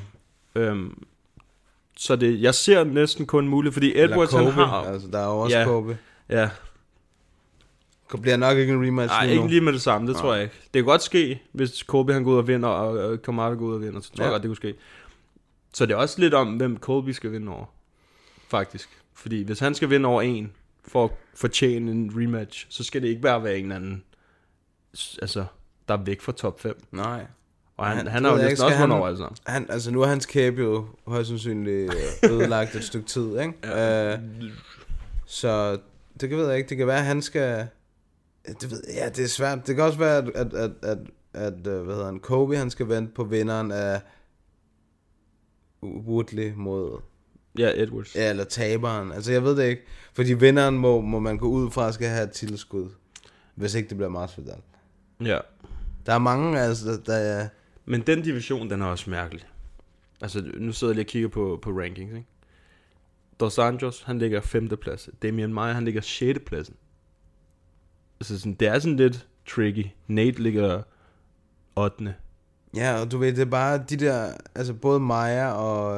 Så jeg ser næsten kun muligt, fordi Edwards, Kobe, han har... Altså, der er jo også Kobe. Ja. Det bliver nok ikke en rematch. Nej, ikke lige med det samme, det tror jeg ikke. Det kan godt ske, hvis Kobe han går ud og vinder, og Kamaru går ud og vinder, så tror jeg godt, det kunne ske. Så det er også lidt om, hvem Kobe skal vinde over, faktisk. Fordi hvis han skal vinde over en, for at fortjene en rematch, så skal det ikke bare være en anden, altså, der er væk fra top 5. Nej. Og han har jo næsten også vundet over, altså. Altså nu er hans kæbe jo højst sandsynligt ødelagt et stykke tid, ikke? Ja. Så det ved jeg ikke. Det kan være, at han skal... det er svært. Det kan også være, at Kobe han skal vente på vinderen af Woodley mod... Ja, Edwards. Ja, eller taberen. Altså, jeg ved det ikke. Fordi vinderen må man gå ud fra, skal have et titelskud. Hvis ikke det bliver Masvidal. Ja. Der er mange, altså, der er... Men den division, den er også mærkelig. Altså, nu sidder jeg lige og kigger på rankings, ikke? Dos Anjos, han ligger 5. plads. Demian Maia, han ligger 6. pladsen. Altså, sådan, det er sådan lidt tricky. Nate ligger 8. Ja, og du ved, det er bare de der, altså både Maia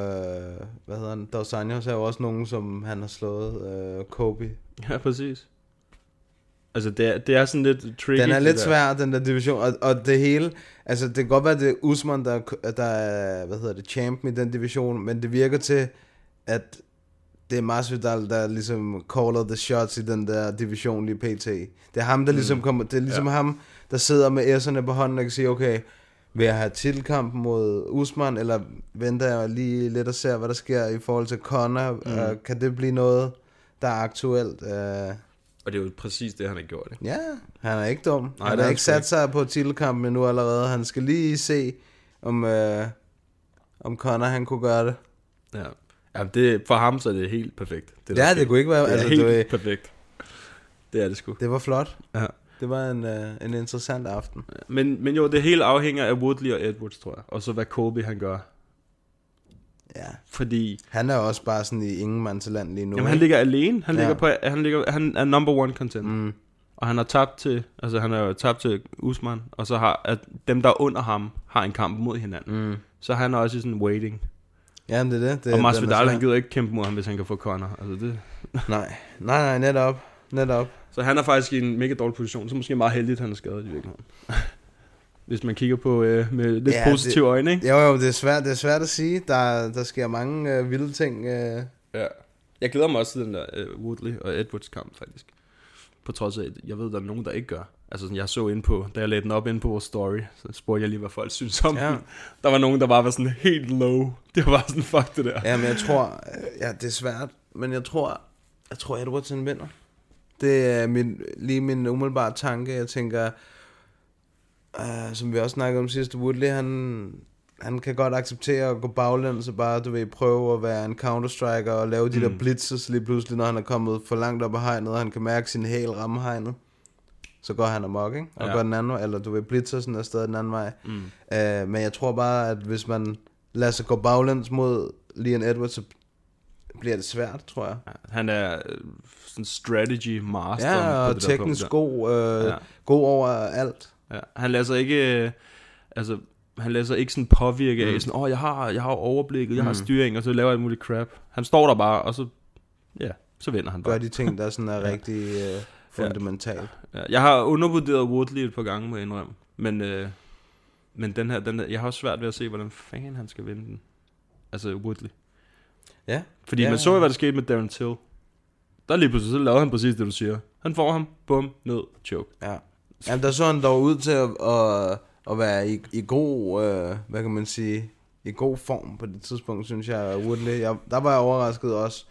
og, Dos Anjos er jo også nogen, som han har slået, Kobe. Ja, præcis. Altså, det er sådan lidt tricky. Den er lidt svær, den der division, og det hele, altså det kan godt være, det er Usman, der er, champion i den division, men det virker til, at det er Masvidal, der ligesom caller the shots i den der division lige pt. Det er ham, der ligesom kommer, det er ligesom ham, der sidder med æsserne på hånden og kan sige, okay, vil jeg have titelkamp mod Usman, eller venter jeg lige lidt og ser, hvad der sker i forhold til Conor? Kan det blive noget, der er aktuelt? Og det er jo præcis det, han har gjort, ikke? Ja, han er ikke dum. Nej, han har ikke sat sig på titelkampen endnu allerede. Han skal lige se, om Conor han kunne gøre det. Ja. Ja, det, for ham så er det helt perfekt. Det kunne ikke være... Det er helt perfekt. Det er det sgu. Det var flot. Ja. Det var en interessant aften. Men jo, det hele afhænger af Woodley og Edwards, tror jeg. Og så hvad Kobe han gør. Ja. Fordi... Han er også bare sådan i ingenmandsland lige nu. Jamen, han ligger alene. Han er number one contender. Og han har tabt til... Altså, han har jo tabt til Usman. Og så har... At dem, der er under ham, har en kamp mod hinanden. Så han er også i sådan waiting. Ja, det er det. Og Masvidal, han gider ikke kæmpe mod ham, hvis han kan få Conor. Altså, det... Nej, netop. Så han er faktisk i en mega dårlig position. Så måske meget heldigt, at han er skadet i virkeligheden. Hvis man kigger på med lidt positive øjne, ikke? Jo, det er svært at sige. Der sker mange vilde ting. Ja. Jeg glæder mig også til den der Woodley og Edwards kamp, faktisk. På trods af, jeg ved, der er nogen, der ikke gør. Altså, jeg så ind på, da jeg lagde den op ind på vores story, så spurgte jeg lige, hvad folk synes om den. Der var nogen, der bare var sådan helt low. Det var bare sådan, fuck det der. Ja, men jeg tror, det er svært, men jeg tror Edwards han vinder. Det er min umiddelbare tanke. Jeg tænker, som vi også snakkede om sidste, Woodley, han kan godt acceptere at gå baglæns og bare, du ved, prøve at være en counterstriker og lave de der blitzes lige pludselig, når han er kommet for langt op ad hegnet, og han kan mærke sin hæl ramme hegnet. Så går han amok, ikke? Og går den anden vej, eller du ved, blitzer sådan afsted den anden vej. Men jeg tror bare, at hvis man lader sig gå baglæns mod Leon Edwards, så bliver det svært, tror jeg. Ja, han er sådan strategy master. Ja, og det teknisk god over alt. Ja, han lader sig ikke, han lader sig ikke sådan påvirke af sådan, jeg har overblikket, jeg har styring, og så laver jeg alt muligt crap. Han står der bare, og så vinder han bare. Gør de ting, der sådan er rigtig fundamentalt. Ja. Jeg har undervurderet Woodley et par gange, må jeg indrømme. Men den her, jeg har også svært ved at se, hvordan fanden han skal vinde den. Altså Woodley. Ja. Fordi man så jo, hvad der skete med Darren Till. Der lige pludselig, så lavede han præcis det, du siger. Han får ham, bum, ned, choke. Ja. Jamen, der så han dog ud til at være i god, hvad kan man sige, i god form på det tidspunkt, synes jeg. Woodley, der var jeg overrasket også.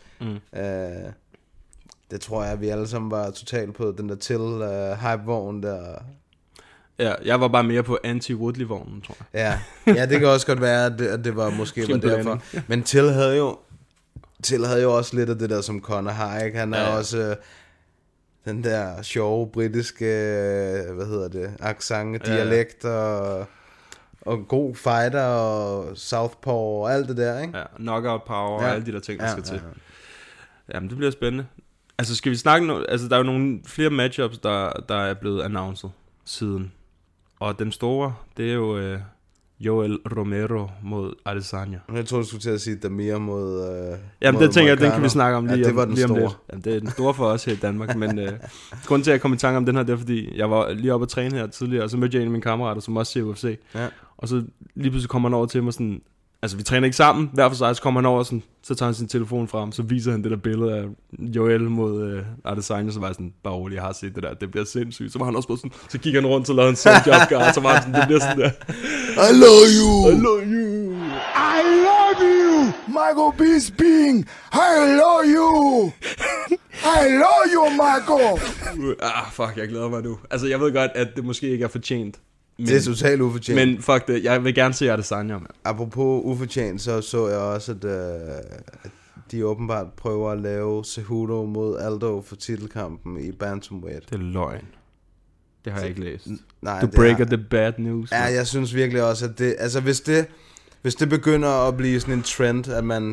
Det tror jeg, vi alle sammen var totalt på den der hype-vogn der. Ja, jeg var bare mere på anti-Woodley-vognen, tror jeg. Ja, det kan også godt være, at det var måske var derfor. Men Till havde jo også lidt af det der, som Conor har, ikke? Han er også den der sjove britiske, accent, dialekt og god fighter og southpaw og alt det der, ikke? Ja, knockout power og alle de der ting, der skal til. Jamen, det bliver spændende. Altså, skal vi snakke altså, der er jo nogle flere matchups, der er blevet announced siden. Og den store, det er jo Yoel Romero mod Adesanya. Jeg tror, du skulle til at sige Damir mod jamen, det tænker jeg, den kan vi snakke om lige, det var den lige om store. lidt. Jamen, det er den store for os her i Danmark, men grunden til, at jeg kom i tanke om den her, det er, fordi jeg var lige oppe at træne her tidligere, og så mødte jeg en af mine kammerater, som også ser UFC. Ja. Og så lige pludselig kommer han over til mig sådan, altså vi træner ikke sammen, hver for sig, så kommer han over sådan, så tager han sin telefon frem, så viser han det der billede af Yoel mod Adesanya, så var jeg sådan, bare roligt, jeg har set det der, det bliver sindssygt. Så var han også sådan, så gik han rundt, så lavede han sådan en jobguard, så var han sådan, det bliver sådan der, I love you! I love you! I love you! Michael Bisping! I love you! I love you, Michael! Fuck, jeg glæder mig nu. Altså, jeg ved godt, at det måske ikke er fortjent. Men, det er totalt ufortjent. Men fuck det, jeg vil gerne se Adesanya, man. Apropos ufortjent, så jeg også, at de åbenbart prøver at lave Cejudo mod Aldo for titelkampen i bantamweight. Det er løgn. Det har jeg ikke læst. Nej, du breaker the bad news. Ja, jeg synes virkelig også, at det, altså hvis det begynder at blive sådan en trend,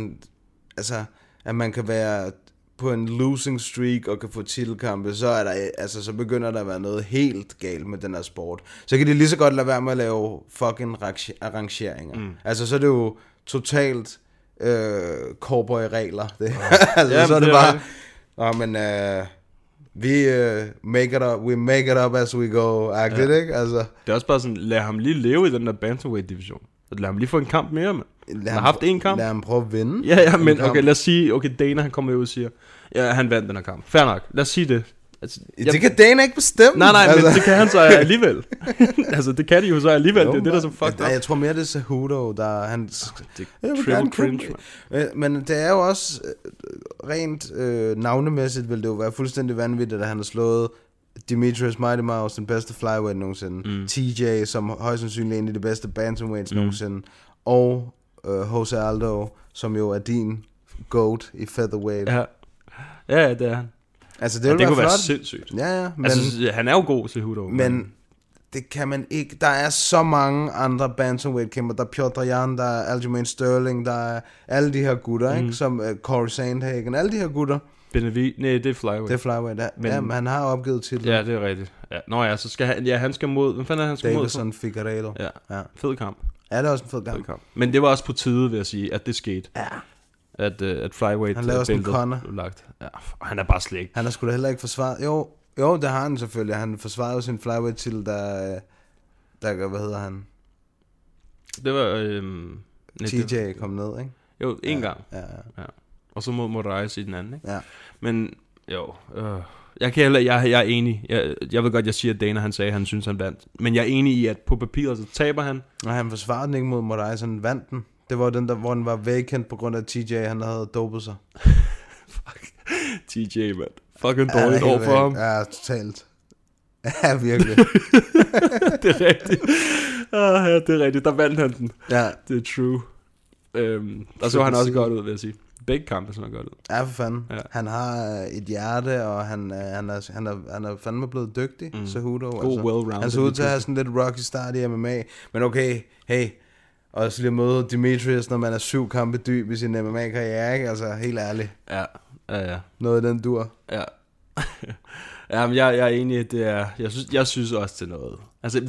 at man kan være på en losing streak og kan få titelkampe, så er der, altså så begynder der at være noget helt galt med den her sport. Så kan de lige så godt lade være med at lave fucking arrangeringer. Altså så er det jo totalt cowboy-regler. Det. Altså, jamen, så er det bare we make it up as we go, ikke? Altså. Det er også bare sådan, lad ham lige leve i den der bantamweight division. Lad ham lige få en kamp mere, mand. Han har haft en kamp. Lad ham prøve at vinde. Ja, men okay, lad os sige, okay, Dana han kommer ud og siger, ja, han vandt den her kamp. Fair nok, lad os sige det. Altså, det kan Dana ikke bestemme. Nej, altså. Men det kan han så alligevel. Altså, det kan de jo så alligevel. Jo, det er det, der så fucked up. Jeg tror mere, det er Cejudo, der han... Det er triple cringe, men det er jo også rent navnemæssigt, vil det jo være fuldstændig vanvittigt, at han har slået Demetrius Mighty Mouse, den bedste flyweight nogensinde. TJ, som højst sandsynligt er en af de bedste bantamweights nogensinde. Og Jose Aldo, som jo er din GOAT i featherweight. Ja, det er han. Altså, det kunne være sindssygt. Ja, men, altså, han er jo god til Cejudo. Men det kan man ikke. Der er så mange andre bantamweight kæmper. Der er Piotr Jan, der er Aljamain Sterling, der er alle de her gutter, ikke? Som Corey Sandhagen, alle de her gutter. Benavidez, nej, det er flyweight. Det er flyweight, ja. Men han har opgivet til. Ja, det er rigtigt. Ja. Nå ja, så skal han skal mod, hvem fanden er han skal mod? Davison Figueiredo. Ja, fed kamp. Ja, det er også en fed kamp. Men det var også på tide, vil jeg sige, at det skete. Ja. At flyweight han laver sådan en Conor. Lagt. Ja, han er bare slægt. Han har sgu da heller ikke forsvaret. Jo, det har han selvfølgelig. Han forsvarede jo sin flyweight til, der hvad hedder han? Det var TJ kom ned, ikke? Jo, en gang. Ja. Og så mod Moraes i den anden, ikke? Ja. Men jo, jeg er enig. Jeg ved godt, jeg siger, at Dana han sagde, at han synes, han vandt. Men jeg er enig i, at på papiret, så taber han. Nej, han forsvarede den ikke mod Moraes, han vandt den. Det var den der, hvor den var vacant på grund af TJ, han havde dopet sig. Fuck. TJ, man. Fucking dårligt over for ham. Ja, totalt. Ja, virkelig. Det er rigtigt. Ja, det er rigtigt. Der vandt han den. Ja. Det er true. Der så han også godt ud, vil jeg sige. Begge kampe så godt ud. Ja, for fanden. Ja. Han har et hjerte, og han er fandme blevet dygtig, Cejudo. God well-rounded. Han så ud til at have sådan lidt rocky start i MMA. Men okay, hey, og så lige møde Demetrius, når man er 7 kampe dyb i sin MMA-karriere, ikke? Altså, helt ærligt. Ja. Noget af den dur. Ja. Ja, men jeg er enig, at det er... Jeg synes også til noget. Altså,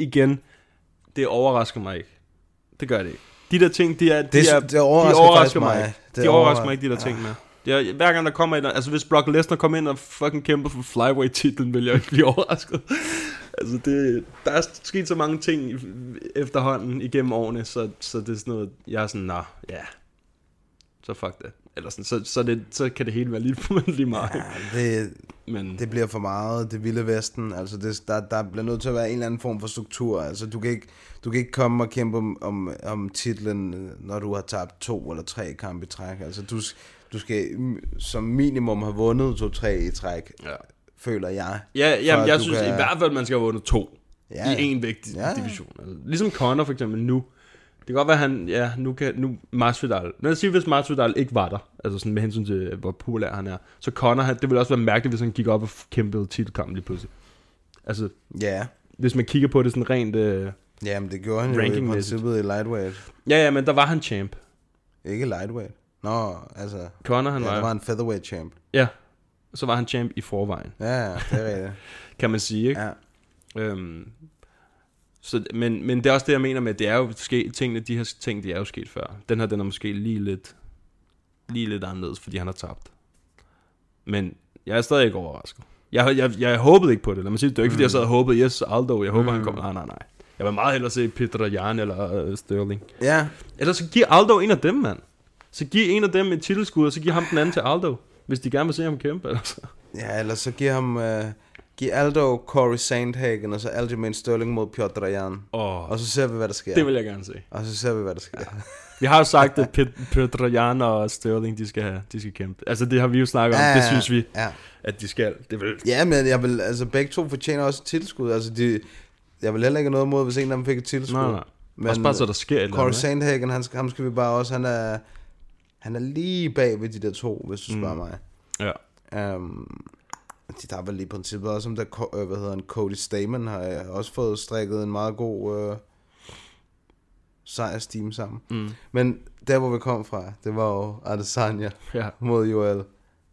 det overrasker mig ikke. Det gør det ikke. De der ting, det overrasker mig. De overrasker mig ikke, de der ting med. Hver gang der kommer ind, altså hvis Brock Lesnar kommer ind og fucking kæmper for flyweight-titlen, vil jeg ikke blive overrasket. Altså der er sket så mange ting efterhånden igennem årene, så det er sådan noget, jeg er sådan, så fuck det. Eller sådan, så kan det hele være lige meget. Ja, det bliver for meget det vilde vesten. Altså der bliver nødt til at være en eller anden form for struktur. Altså du kan ikke komme og kæmpe om titlen, når du har tabt 2 eller 3 kampe i træk. Altså du skal som minimum have vundet 2-3 i træk, føler jeg. Ja, jamen, jeg synes i hvert fald, man skal have vundet 2 i en vægtig division. Altså, ligesom Conor for eksempel nu. Det kan godt være, nu Masvidal. Når jeg siger, hvis Masvidal ikke var der, altså sådan med hensyn til, hvor populær han er, så Conor, det ville også være mærkeligt, hvis han gik op og kæmpede titelkampen lige pludselig. Altså, hvis man kigger på det sådan rent jamen, det gjorde han jo i princippet i lightweight. Ja, men der var han champ. Ikke lightweight. Nå, altså... Conor, han var... der var en featherweight champ. Ja, så var han champ i forvejen. Ja, det er rigtigt. Kan man sige, ikke? Ja. Så, men det er også det, jeg mener med, det er jo tingene, de her ting, de er jo sket før. Den er måske lige lidt anderledes, fordi han har tabt. Men jeg er stadig ikke overrasket. Jeg håbede ikke på det. Lad mig sige, det er ikke, fordi jeg sad og håbede, yes, Aldo, jeg håber, han kommer. Nej. Jeg vil meget hellere se Petr Yan eller Sterling. Ja. Eller så giv Aldo en af dem, mand. Så giv en af dem et titelskud, og så giv ham den anden til Aldo, hvis de gerne vil se ham kæmpe. Altså. Ja, eller så giv ham... Giv Aldo Corey Sandhagen, og så Aljamain Sterling mod Petr Yan. Og så ser vi, hvad der sker. Det vil jeg gerne se. Og så ser vi, hvad der sker. Ja. Vi har jo sagt, at Petr Yan og Sterling, de skal kæmpe. Altså, det har vi jo snakket om. Det synes vi, at de skal. Det vil... Ja, men jeg vil, altså, begge to fortjener også et tilskud. Altså, jeg vil heller ikke have noget mod, hvis en af dem fik et tilskud. Nej. Men også bare så, der sker et eller andet. Corey Sandhagen, ham skal vi bare også... Han er lige bag ved de der 2, hvis du spørger mig. Ja. Der er vel i princippet også, om der Cody Stamann har også fået strikket en meget god sejrsteam sammen. Men der, hvor vi kom fra, det var jo Adesanya mod Yoel.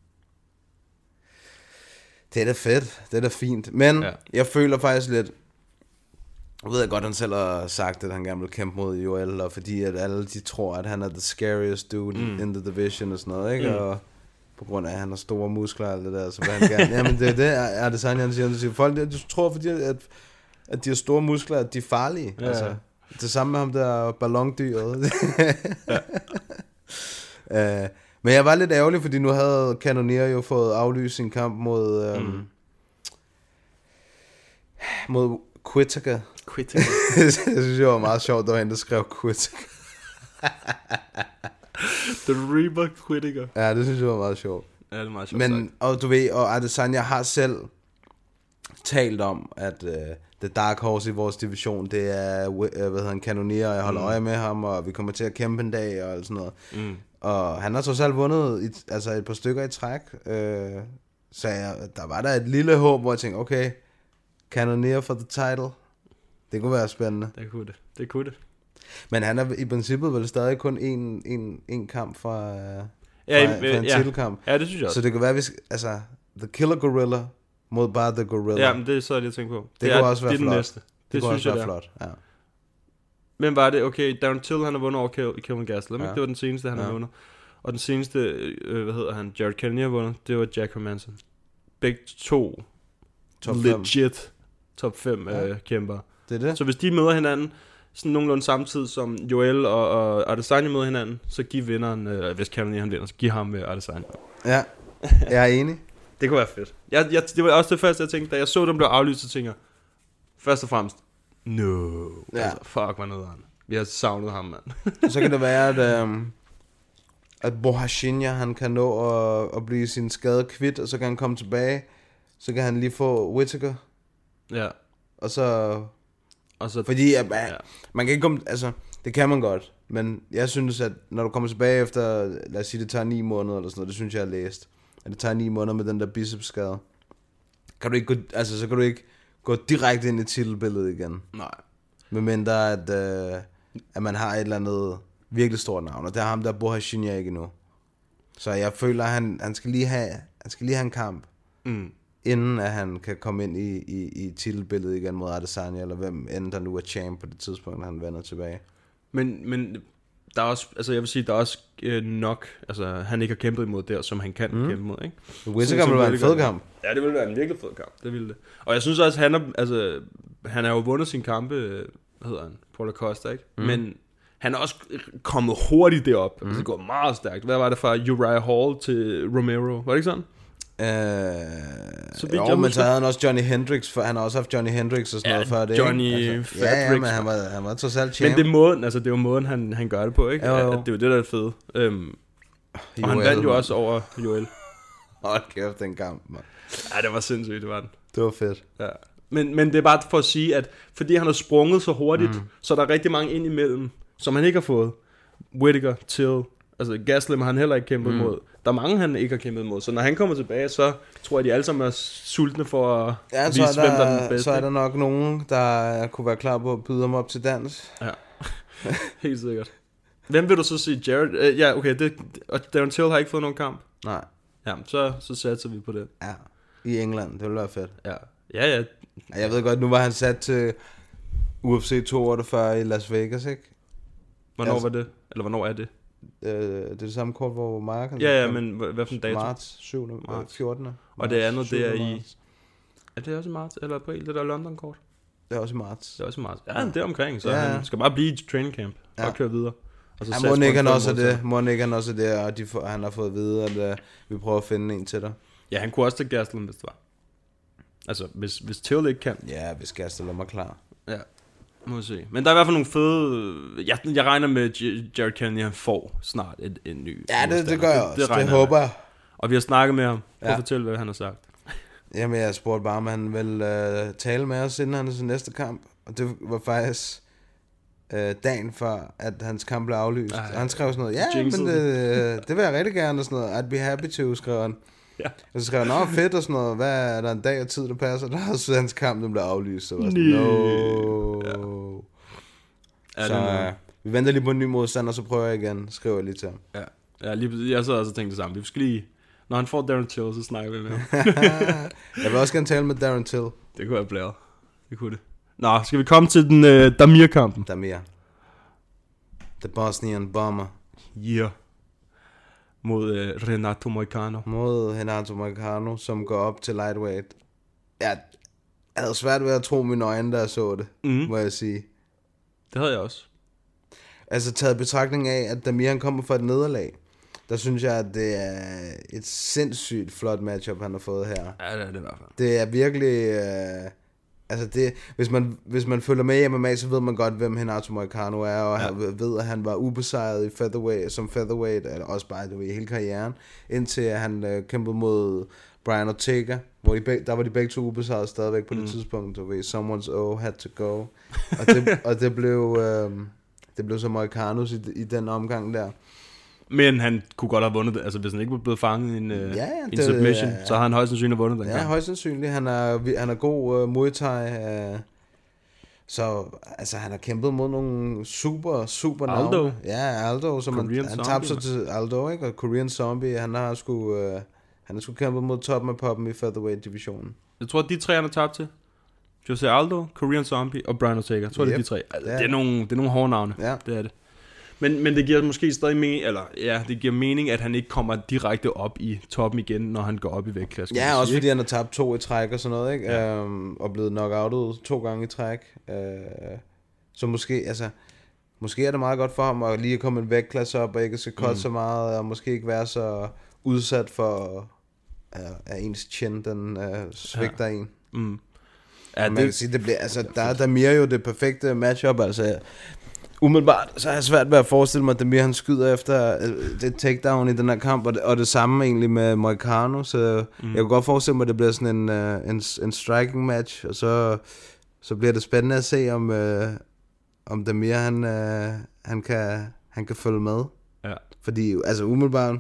Det er da fedt, det er da fint. Men jeg føler faktisk lidt, jeg ved godt, han selv har sagt, at han gerne vil kæmpe mod Yoel, og fordi at alle de tror, at han er the scariest dude in the division og sådan noget, ikke? Og på grund af, at han har store muskler og alt det der, så vil han gerne... Jamen, det er det sådan, han siger. Folk, du tror, fordi at de har store muskler, at de er farlige. Ja. Altså, det samme med ham der ballondyret. Men jeg var lidt ærgerlig, fordi nu havde Cannonier jo fået aflyst sin kamp mod Whittaker. Jeg synes, det var meget sjovt, der var en, der skrev Whittaker. The Reaper Whittaker. Ja, det synes jeg var meget sjovt. Ja, det er meget sjovt. Men, og du ved, og Adesanya har selv talt om, at the dark horse i vores division, det er, Cannonier, og jeg holder øje med ham, og vi kommer til at kæmpe en dag, og sådan noget. Og han har trods alt vundet et par stykker i træk, så der var der et lille håb, hvor jeg tænkte, okay, Cannonier for the title, det kunne være spændende. Det kunne det. Men han er i princippet vel stadig kun en kamp fra en titelkamp. Ja, det synes jeg også. Så det kan være, altså, The Killer Gorilla mod bare The Gorilla. Ja, men det er så, jeg tænker på. Det kunne også være flot. Næste. Det synes jeg, det er flot, ja. Men var det, okay, Darren Till, han har vundet over Kelvin Gastelum, det var den seneste, han har vundet. Og den seneste, Jared Cannonier har vundet, det var Jack Hermansson. Begge to legit top 5 kæmper. Det er det. Så hvis de møder hinanden, sådan nogenlunde samtidig som Yoel og Adesanya møder hinanden, så giv vinderen, hvis Cannonier han vinder, så giv ham Adesanya. Ja, jeg er enig. Det kunne være fedt. Det var også det første, jeg tænkte, da jeg så dem blev aflyst, så tænker jeg, først og fremmest, altså, fuck, hvad noget han. Vi har savnet ham, mand. Så kan det være, at Borrachinha, han kan nå at blive sin skade kvidt, og så kan han komme tilbage, så kan han lige få Whittaker. Ja. Og så fordi man kan ikke komme, altså det kan man godt, men jeg synes, at når du kommer tilbage efter, lad os sige, det tager 9 måneder eller sådan noget, det synes jeg har læst, at det tager 9 måneder med den der bicepsskade, kan du ikke gå, altså så kan du ikke gå direkte ind i titelbilledet igen. Nej. Medmindre at man har et eller andet virkelig stort navn, og der er ham der Borrachinha ikke endnu. Så jeg føler, at han skal lige have en kamp. Inden at han kan komme ind i titelbilledet igen mod Adesanya, eller hvem end der nu er champ på det tidspunkt, han vender tilbage. Men der er også, altså jeg vil sige, der er også nok, altså han ikke har kæmpet imod der, som han kan kæmpe mod, ikke? Whittaker vil være en fed kamp. Ja, det vil være en virkelig fed kamp, det ville det. Og jeg synes også, han har jo vundet sin kampe, hvad hedder han, Paulo Costa, ikke? Men han er også kommet hurtigt derop. Altså, det går meget stærkt. Hvad var det fra Uriah Hall til Romero? Var det ikke sådan? Men så havde han også Johnny Hendricks, for han har også haft Johnny Hendricks og sådan noget før det. Johnny altså, men han var trods alt champ. Men det er måden, altså det er jo måden han gør det på, ikke? Jo. At det er jo det der er fedt. Og han vandt jo også over Joel. Hold kæft, den kamp, man. Ja, det var sindssygt, det var den. Det var fedt. Ja. Men det er bare for at sige, at fordi han har sprunget så hurtigt, så er der rigtig mange ind imellem, som han ikke har fået. Whittaker, Till, altså Gastelum har han heller ikke kæmpet mod. Der er mange, han ikke har kæmpet mod. Så når han kommer tilbage, så tror jeg, de alle sammen er sultne for at vise, hvem der er den bedste. Så er der nok nogen, der kunne være klar på at byde ham op til dans. Ja, helt sikkert. Hvem vil du så sige? Jared? Ja, okay, og Darren Till har ikke fået nogen kamp? Nej. Ja, så satser vi på det. Ja, i England, det ville være fedt. Ja. Jeg ved godt, nu var han sat til UFC 248 i Las Vegas, ikke? Hvornår var det? Eller hvornår er det? Det er det samme kort, hvor Mark... Ja, men hvad for en dato? Marts, 7. Marts. 14. Og det andet, det er i... Er det også i marts eller april, det der London-kort? Det er også i marts. Det er også i marts. Ja, det er omkring, så han skal bare blive i training camp og køre videre. Og så må ikke han også det, og han har fået at vide, at vi prøver at finde en til dig. Ja, han kunne også tage Gastelum, hvis det var. Altså, hvis Till ikke kan. Ja, hvis Gastelum er klar. Ja, må vi se. Men der er i hvert fald nogle fede... Jeg regner med, at Jared Cannonier, han får snart en ny... Ja, det gør jeg også. Det håber jeg. Og vi har snakket med ham. Prøv at fortælle, hvad han har sagt. Jamen, jeg spurgte bare, om han ville tale med os, inden hans næste kamp. Og det var faktisk... dagen før, at hans kamp blev aflyst. Og han skrev sådan noget, men det vil jeg rigtig gerne, og sådan noget, I'd be happy to, skrev han. Ja. Og så skrev han, fedt og sådan noget, hvad er der en dag og tid, der passer? Der er så hans kamp, den blev aflyst. Så var sådan, no. Ja. Så vi venter lige på en ny modstander, så prøver jeg igen, skriver jeg lige til ham. Ja, lige, jeg så også tænkt det samme. Vi skal lige, når han får Darren Till, så snakker vi med ham. Jeg vil også gerne tale med Darren Till. Det kunne jeg blære. Det kunne det. Nå, skal vi komme til den Damir-kampen? Damir. The Bosnian Bomber. Yeah. Mod Renato Moicano. Mod Renato Moicano, som går op til lightweight. Jeg havde svært ved at tro mine øjne, da jeg så det, må jeg sige. Det havde jeg også. Altså taget betragtning af, at Damir han kommer fra et nederlag, der synes jeg, at det er et sindssygt flot matchup, han har fået her. Ja, det er det i hvert fald. Det er virkelig... Altså det, hvis man følger med i MMA, så ved man godt, hvem Renato Moicano er, og ved, at han var ubesejret i featherweight, eller også bare i hele karrieren, indtil at han kæmpede mod Brian Ortega, hvor der var de begge to ubesejret stadigvæk på det tidspunkt, someone's had to go, og det blev så Moicanos i den omgang der. Men han kunne godt have vundet det. Altså hvis han ikke var blevet fanget i en submission, så har han højst sandsynligt vundet den gang. Ja, højst sandsynligt. Han er god Muay Thai. Så altså han har kæmpet mod nogle super Aldo. navne. Ja, Aldo, som han tabte sig til Aldo, ikke? Og Korean Zombie, han har sgu kæmpet mod toppen af poppen i featherweight divisionen. Jeg tror, de tre han har tabt til Jose Aldo, Korean Zombie og Brian Ortega. Jeg tror, det er de tre. Altså, det er nogle hårde navne. Ja. Det er det. Men det giver måske stadig mening, det giver mening, at han ikke kommer direkte op i toppen igen, når han går op i vægtklasse. Ja, også fordi han har tabt 2 i træk og sådan noget, ikke? Ja. Og blevet knockoutet 2 gange i træk. Så måske er det meget godt for ham at lige komme en vægtklasse op, og ikke skal koste så meget, og måske ikke være så udsat for, at ens chin, den svigter en. Ja, man kan sige, det bliver, altså, der er Damir jo det perfekte matchup, altså... Umiddelbart, så er jeg svært ved at forestille mig, at Damir han skyder efter det takedown i den her kamp, og det samme egentlig med Moicano, så jeg kan godt forestille mig, at det bliver sådan en striking match, og så bliver det spændende at se, om Damir han kan følge med. Ja. Fordi altså umiddelbart,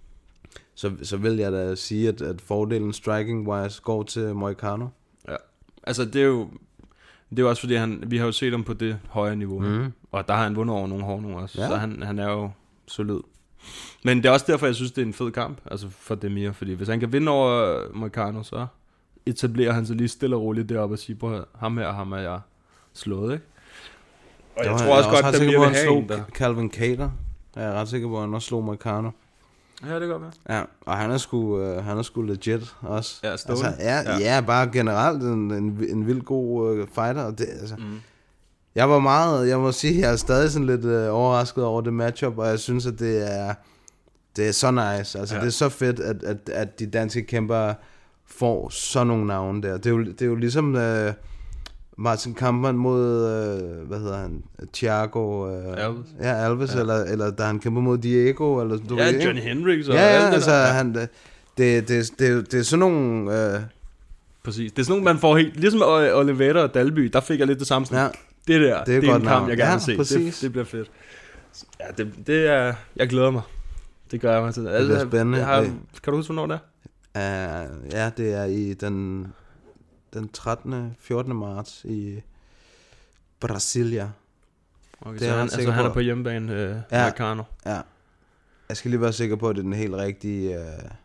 så vil jeg da sige, at fordelen striking-wise går til Moicano. Ja, altså det er jo også fordi, vi har jo set ham på det højere niveau, og der har han vundet over nogle hårde nu også, så han er jo solid. Men det er også derfor, jeg synes, det er en fed kamp, altså for Damir, fordi hvis han kan vinde over Moicano, så etablerer han sig lige stille og roligt deroppe og siger, på ham er jeg slået, ikke? Og jeg tror også godt, at Damir vil have en der. Calvin Kattar, jeg er ret sikker på, at han også slog Moicano. Ja, det gør vi. Ja, og han er sgu legit også. Ja, stående. Altså, ja, bare generelt en vild god fighter. Og det, altså, Jeg må sige, jeg er stadig sådan lidt overrasket over det matchup, og jeg synes, at det er så nice. Altså, det er så fedt, at de danske kæmper får sådan nogle navne der. Det er jo ligesom Martin Kampmann mod, hvad hedder han, Thiago Alves. Ja, Alves, ja. Eller da han kæmper mod Diego, eller du ved, Johnny Hendricks og alt det der. Det er sådan nogle... Præcis. Det er sådan nogle, man får helt... Ligesom Oliveira og Dalby, der fik jeg lidt det samme. Ja. Det er en kamp, jeg gerne vil se. Det bliver fedt. Ja, det er... Jeg glæder mig. Det gør jeg mig til. Det bliver spændende. Kan du huske, hvornår det er? Ja, det er i den 13. 14. marts i Brasilia. Okay, det så han er på hjemmebane, Marcano. Ja. Jeg skal lige være sikker på, at det er den helt rigtige...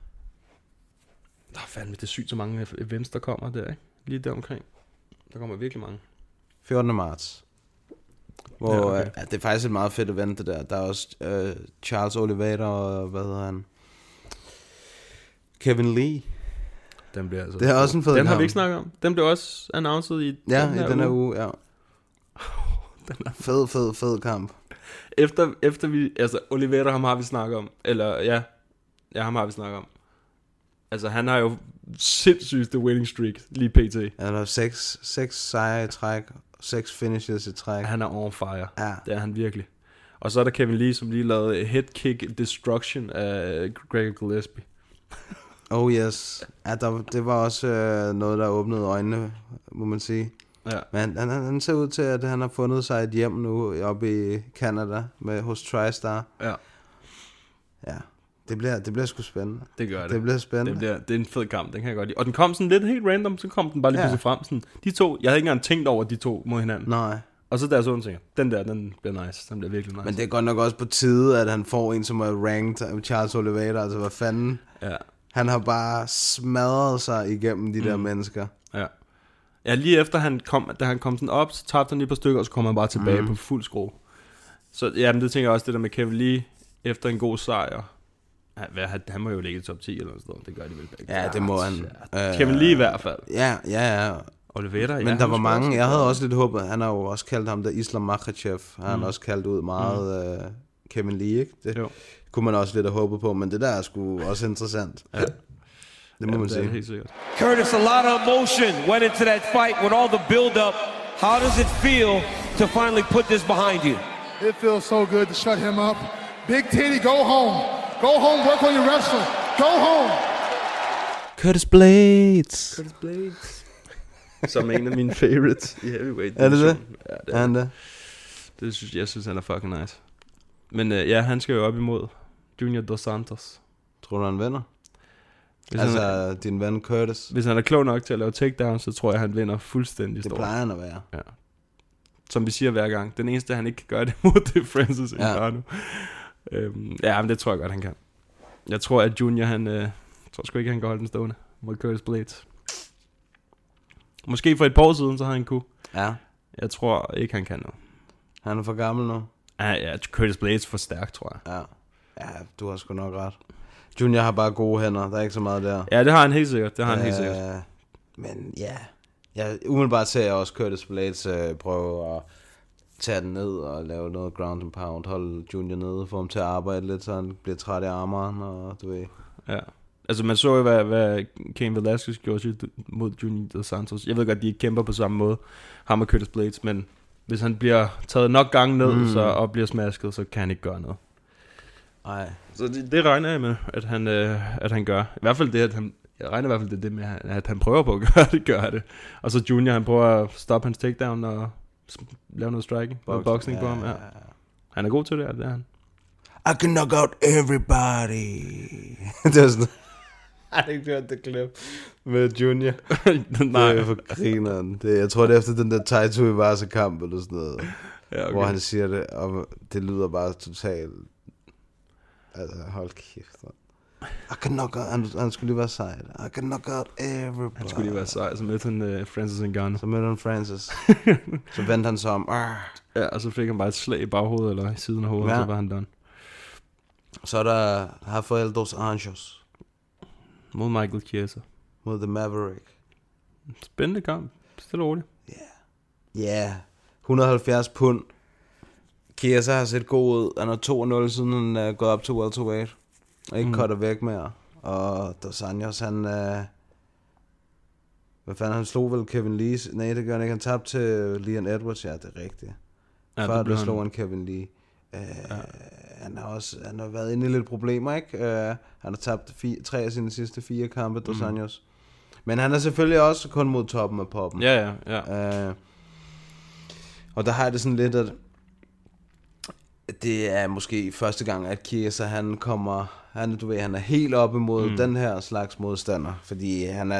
Fandme, det er sygt så mange events, der kommer der, ikke? Lige der omkring. Der kommer virkelig mange. 14. marts. Hvor, det er faktisk et meget fedt event, det der. Der er også Charles Oliveira og, hvad hedder han? Kevin Lee. Den bliver altså... Det er også en fed Den har vi ikke snakket om. Den blev også announced i den her uge, ja. Den er fed kamp. Efter vi... Altså, Oliveira, ham har vi snakket om. Eller, ja, ham har vi snakket om. Altså, han har jo sindssygt winning streak, lige pt. Han har 6 sejre i træk, 6 finishes i træk. Han er on fire. Ja. Det er han virkelig. Og så er der Kevin Lee, som lige lavede head kick destruction af Greg Gillespie. Oh yes. Ja, det var også noget, der åbnede øjnene, må man sige. Ja. Men han ser ud til, at han har fundet sig et hjem nu oppe i Canada hos TriStar. Ja. Ja. Det bliver sgu spændende. Det gør det. Det bliver spændende. Det er en fed kamp, den kan jeg godt lide. Og den kom sådan lidt helt random, så kom den bare lige pludselig frem. Sådan, de to, jeg havde ikke engang tænkt over de to mod hinanden. Nej. Og så der så en ting, den bliver nice, den bliver virkelig nice. Men det er godt nok også på tide, at han får en, som er ranked, Charles Oliveira, altså hvad fanden. Ja. Han har bare smadret sig igennem de der mennesker. Ja. Ja, lige efter da han kom sådan op, så tabte han lige et par stykker, og så kom han bare tilbage på fuld skrue. Så ja, men det tænker jeg også, det der med Kevin Lee, efter en god sejr. Han må jo ligge i top 10 eller noget sådan. Det gør de vel begge. Ja, det må han. Kevin Lee i hvert fald. Ja. Oliveira, men der var mange. Jeg havde også lidt håbet. Han har jo også kaldt ham der Islam Makhachev. Han har også kaldt ud meget Kevin Lee, ikke? Det kunne man også lidt have håbet på, men det der er sgu også interessant. Ja. Det må man sige. Helt sikkert. Curtis, a lot of emotion went into that fight with all the build-up. How does it feel to finally put this behind you? It feels so good to shut him up. Big Titty, go home. Go home, work on your wrestling. Go home. Curtis Blades. Som en af mine favorites i heavyweight. Er det det? Ja, det er det. Jeg synes, han er fucking nice. Men han skal jo op imod Junior Dos Santos. Tror du, han vinder? Din ven Curtis. Hvis han er klog nok til at lave takedown, så tror jeg, han vinder fuldstændig stort. Det plejer han at være. Ja. Som vi siger hver gang. Den eneste, han ikke kan gøre det mod, det er Francis Ngannou. Men det tror jeg godt, han kan. Jeg tror, at Junior, jeg tror sgu ikke, han kan holde den stående mod Curtis Blades. Måske for et par år siden, så har han kunne. Ja. Jeg tror ikke, han kan noget. Han er for gammel nu. Ja, Curtis Blades for stærk, tror jeg. Ja, du har sgu nok ret. Junior har bare gode hænder, der er ikke så meget der. Ja, det har han helt sikkert. Men ja, umiddelbart ser jeg også Curtis Blades prøve at tage den ned og lave noget ground and pound, holde Junior nede, få ham til at arbejde lidt, så han bliver træt i armeren, og du ved. Ja, altså man så jo, hvad Cain Velasquez gjorde mod Junior Dos Santos. Jeg ved godt, de ikke kæmper på samme måde, ham og Curtis Blades, men hvis han bliver taget nok gange ned og bliver smasket, så kan han ikke gøre noget. Nej. Så det regner jeg med, at han gør. I hvert fald det, jeg regner i hvert fald det med, at han prøver på at gøre det. Og så Junior, han prøver at stoppe hans takedown og lave noget striking, noget boxing på ham. Ja. Han er god til det, det er han. I can knock out everybody. Det var sådan. Jeg har ikke hørt det klip med Junior. Nej. Det er for grineren. Jeg tror det er efter den der Taito Iwasa kamp eller sådan noget. Ja, okay. Hvor han siger det, og det lyder bare totalt. Altså hold kæft. I can knock out. Han skulle lige være sej. I can knock out everybody. Han skulle lige være sej. Så mødte han Francis Ngannou. Så mødte han Francis. Så vendte han sig om. Ja, og så fik han bare et slag i baghovedet eller i siden af hovedet, og så var han done. Så er der Rafael Dos Anjos mod Michael Chiesa. Mod The Maverick. Spændende kamp. Stille og roligt. Ja. 170 pund. Chiesa har set god ud. Han er 2-0, siden han er gået op til welterweight. Og ikke cutter væk mere. Og Dos Anjos, han... hvad fanden, han slog vel Kevin Lee? Nej, det gør han ikke. Han tabte til Leon Edwards. Ja, det er rigtigt. Ja, før det slog han Kevin Lee. Han har været inde i lidt problemer, ikke? Han har tabt 3 af sine sidste 4 kampe, Dos Anjos. Men han er selvfølgelig også kun mod toppen af poppen. Ja. Og der har jeg det sådan lidt, at det er måske første gang, at Chiesa, han er helt op imod den her slags modstander. Fordi han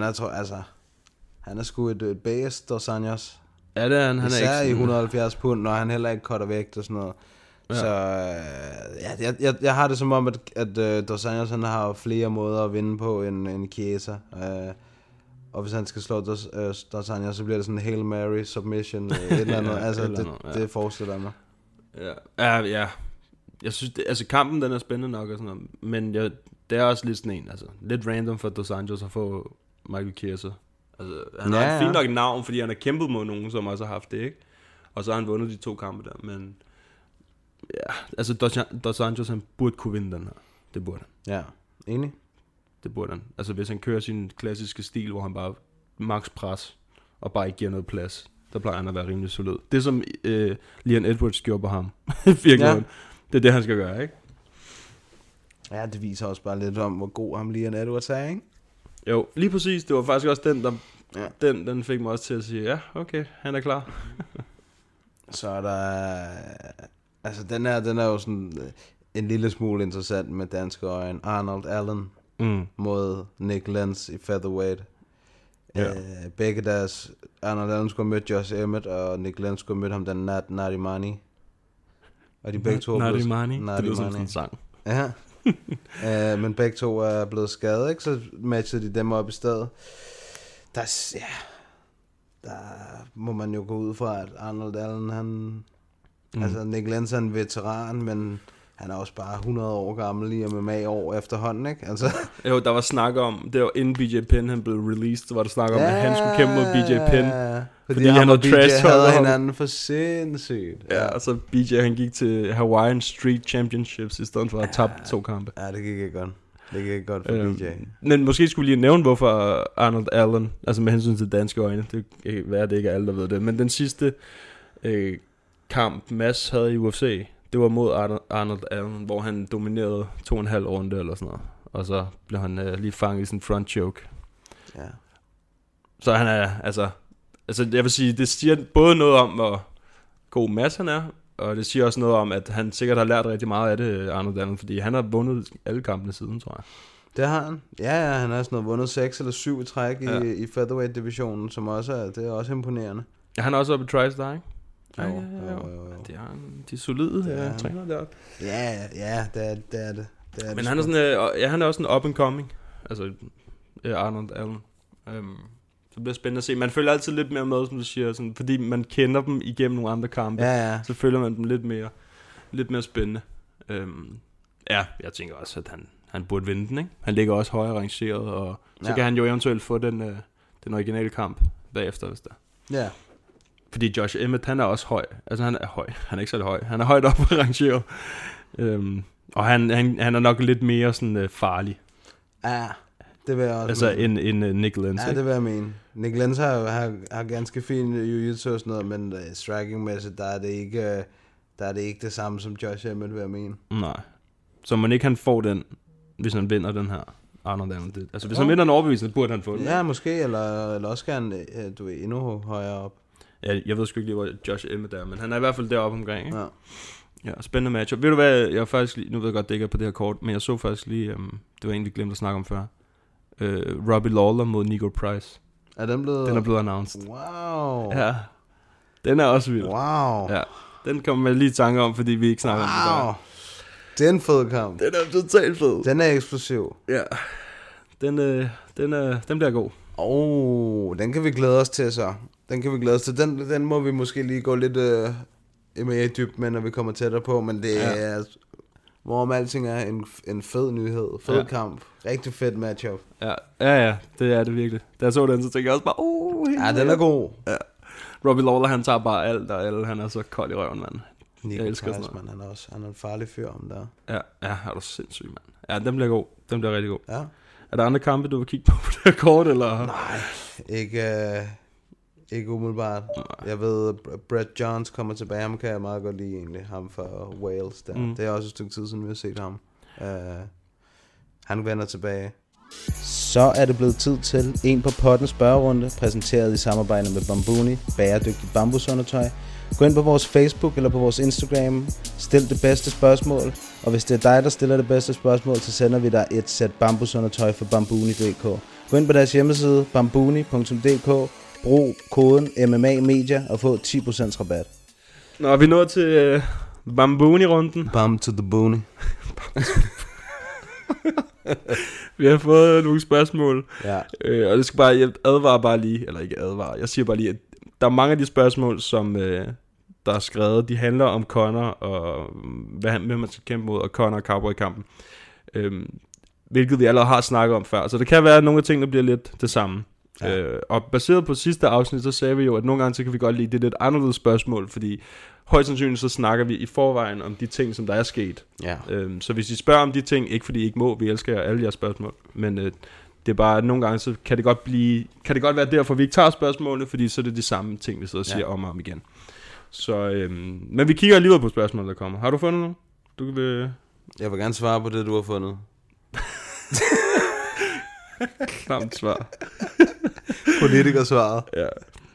er sgu et bæst, Dos Anjos. Ja, det er han. Især er ikke i 170 pund, når han heller ikke cutter vægt og sådan noget. Ja. Så jeg har det som om, at Dos Anjos, han har flere måder at vinde på end Chiesa. Og hvis han skal slå Dos Anjos, så bliver det sådan en Hail Mary submission et eller andet. Altså, det forestiller mig. Ja. Jeg synes, kampen den er spændende nok og sådan noget, men det er også lidt sådan en, altså lidt random for Dos Anjos at få Michael Chiesa. Altså, han har fint nok et navn, fordi han har kæmpet mod nogen, som også har haft det, ikke? Og så har han vundet de 2 kampe der, men ja, altså Dos Anjos, han burde kunne vinde den her. Det burde han. Ja, enig. Det burde han. Altså hvis han kører sin klassiske stil, hvor han bare max pres og bare ikke giver noget plads, der plejer han at være rimelig solid. Det som Leon Edwards gjorde på ham. Virkelig. Det er det, han skal gøre, ikke? Ja, det viser også bare lidt om, hvor god ham Leon Edwards er, ikke? Jo, lige præcis. Det var faktisk også den, der den fik mig også til at sige, ja, okay, han er klar. Så er der... Altså, den er jo sådan en lille smule interessant med danske øjne. Arnold Allen mod Nick Lenz i featherweight. Ja. Begge deres... Arnold Allen skulle have mødt Josh Emmett, og Nick Lenz skulle have mødt ham, den Narimani. Og de begge to Narimani. Det lyder som sådan en sang. Ja. Men begge to er blevet skadet, ikke? Så matchede de dem op i stedet. Der må man jo gå ud fra, at Arnold Allen, han... Altså, Nick Lenz er en veteran, men han er også bare 100 år gammel lige med MMA år efterhånden, ikke? Altså. Jo, der var snak om, det var inden BJ Penn han blev released, så var der snak om, at han skulle kæmpe mod BJ Penn. Fordi han og BJ havde hinanden for sindssygt. Ja, og så BJ han gik til Hawaiian Street Championships i stedet for at tabe 2 kampe. Ja, det gik ikke godt. Det gik ikke godt for BJ. Men måske skulle vi lige nævne, hvorfor Arnold Allen, altså med hensyn til danske øjne, det kan være, det ikke er alle, der ved det, men den sidste kamp Mads havde i UFC, det var mod Arnold Allen, hvor han dominerede 2,5 runde eller sådan noget. Og så blev han lige fanget i sådan en front choke. Ja. Så han er, altså jeg vil sige, det siger både noget om, hvor god Mads han er, og det siger også noget om, at han sikkert har lært rigtig meget af det, Arnold Allen, fordi han har vundet alle kampene siden, tror jeg. Det har han. Ja, han har sådan noget vundet 6 eller 7 i træk i featherweight-divisionen, som også det er også imponerende. Ja, han er også oppe i TriStar, ikke? Jo. Det er de solide træner deroppe. Ja, det er det. Men han er sådan, han er også en up and coming. Altså Arnold Allen. Så det bliver spændende at se. Man følger altid lidt mere med, som du siger, sådan, fordi man kender dem igennem nogle andre kampe. Ja. Så føler man dem lidt mere spændende. Jeg tænker også, at han burde vinde den, ikke? Han ligger også højere rangeret, og så kan han jo eventuelt få den originale kamp bagefter, hvis der. Ja. Fordi Josh Emmett, han er også høj. Altså han er høj. Han er ikke så høj. Han er højt oppe rangeret. Og han er nok lidt mere sådan farlig. Ja, det vil jeg også. Altså end Nick Lenz. Ja, det vil jeg mene. Nick Lenz har ganske fin jiu-jitsu og sådan noget, men striking-mæssigt, der er det ikke det samme som Josh Emmett, vil jeg mene. Nej. Så man ikke han får den, hvis han vinder den her Arnold Allen. Altså hvis han vinder en overbevisning, burde han få den. Ja, måske, eller også skal han endnu højere op. Ja, jeg ved sgu ikke lige, hvor Josh Emmett er, men han er i hvert fald deroppe omkring, ikke? Ja, spændende matchup. Ved du hvad, jeg faktisk lige, nu ved jeg godt, det ikke er på det her kort, men jeg så faktisk lige, det var en, vi glemte at snakke om før. Robbie Lawler mod Nico Price. Er den blevet... Den er blevet announced. Wow. Ja, den er også vild. Wow. Ja, den kommer man lige i tanke om, fordi vi ikke snakker om det der. Det er en fed kamp. Den er totalt fed. Den er eksplosiv. Ja, den bliver god. Den kan vi glæde os til så. Den må vi måske lige gå lidt mere i dybden med, når vi kommer tættere på, men det er, hvorom alting er en fed nyhed, fed kamp, rigtig fedt matchup. Ja, det er det virkelig. Da jeg så den, så tænkte jeg også bare, den er god. Ja. Robbie Lawler, han tager bare alt og alle. Han er så kold i røven, mand. Nico Price, man, han er en farlig fyr om der. Ja, er du sindssyg, mand. Ja, den bliver god. Den bliver rigtig god. Ja. Er der andre kampe, du vil kigge på det her kort, eller? Nej, ikke umiddelbart. Nej. Jeg ved, Brett Johns kommer tilbage. Ham kan jeg meget godt lide egentlig. Ham fra Wales der. Det er også et stykke tid siden, vi har set ham. Han vender tilbage. Så er det blevet tid til en på potten spørgerunde, præsenteret i samarbejde med Bambuni, bæredygtigt bambusundertøj. Gå ind på vores Facebook eller på vores Instagram, stil det bedste spørgsmål, og hvis det er dig, der stiller det bedste spørgsmål, så sender vi dig et sæt bambusundertøj fra Bambuni.dk. Gå ind på deres hjemmeside, bambuni.dk, brug koden MMA-media og få 10% rabat. Nå, er vi nået til Bambuni-runden. Bam to the boonie. Vi har fået nogle spørgsmål, ja. Og det skal bare, jeg advarer bare lige, eller ikke advarer, jeg siger bare lige, at der er mange af de spørgsmål, som der er skrevet, de handler om Conor og hvem man skal kæmpe mod, og Conor og Cowboy-kampen, hvilket vi allerede har snakket om før, så det kan være, at nogle af tingene bliver lidt det samme. Ja. Og baseret på sidste afsnit, så sagde vi jo, at nogle gange så kan vi godt lide det lidt anderledes spørgsmål, fordi højst sandsynligt så snakker vi i forvejen om de ting, som der er sket. Ja. Så hvis I spørger om de ting, ikke fordi I ikke må, vi elsker alle jeres spørgsmål, men det er bare, at nogle gange så kan det godt være derfor, vi ikke tager spørgsmålene, fordi så er det de samme ting, vi sidder og siger om og om igen. Så, men vi kigger alligevel på spørgsmål, der kommer. Har du fundet nogen? Jeg vil gerne svare på det, du har fundet. Klamt svar. Politikersvaret. Ja.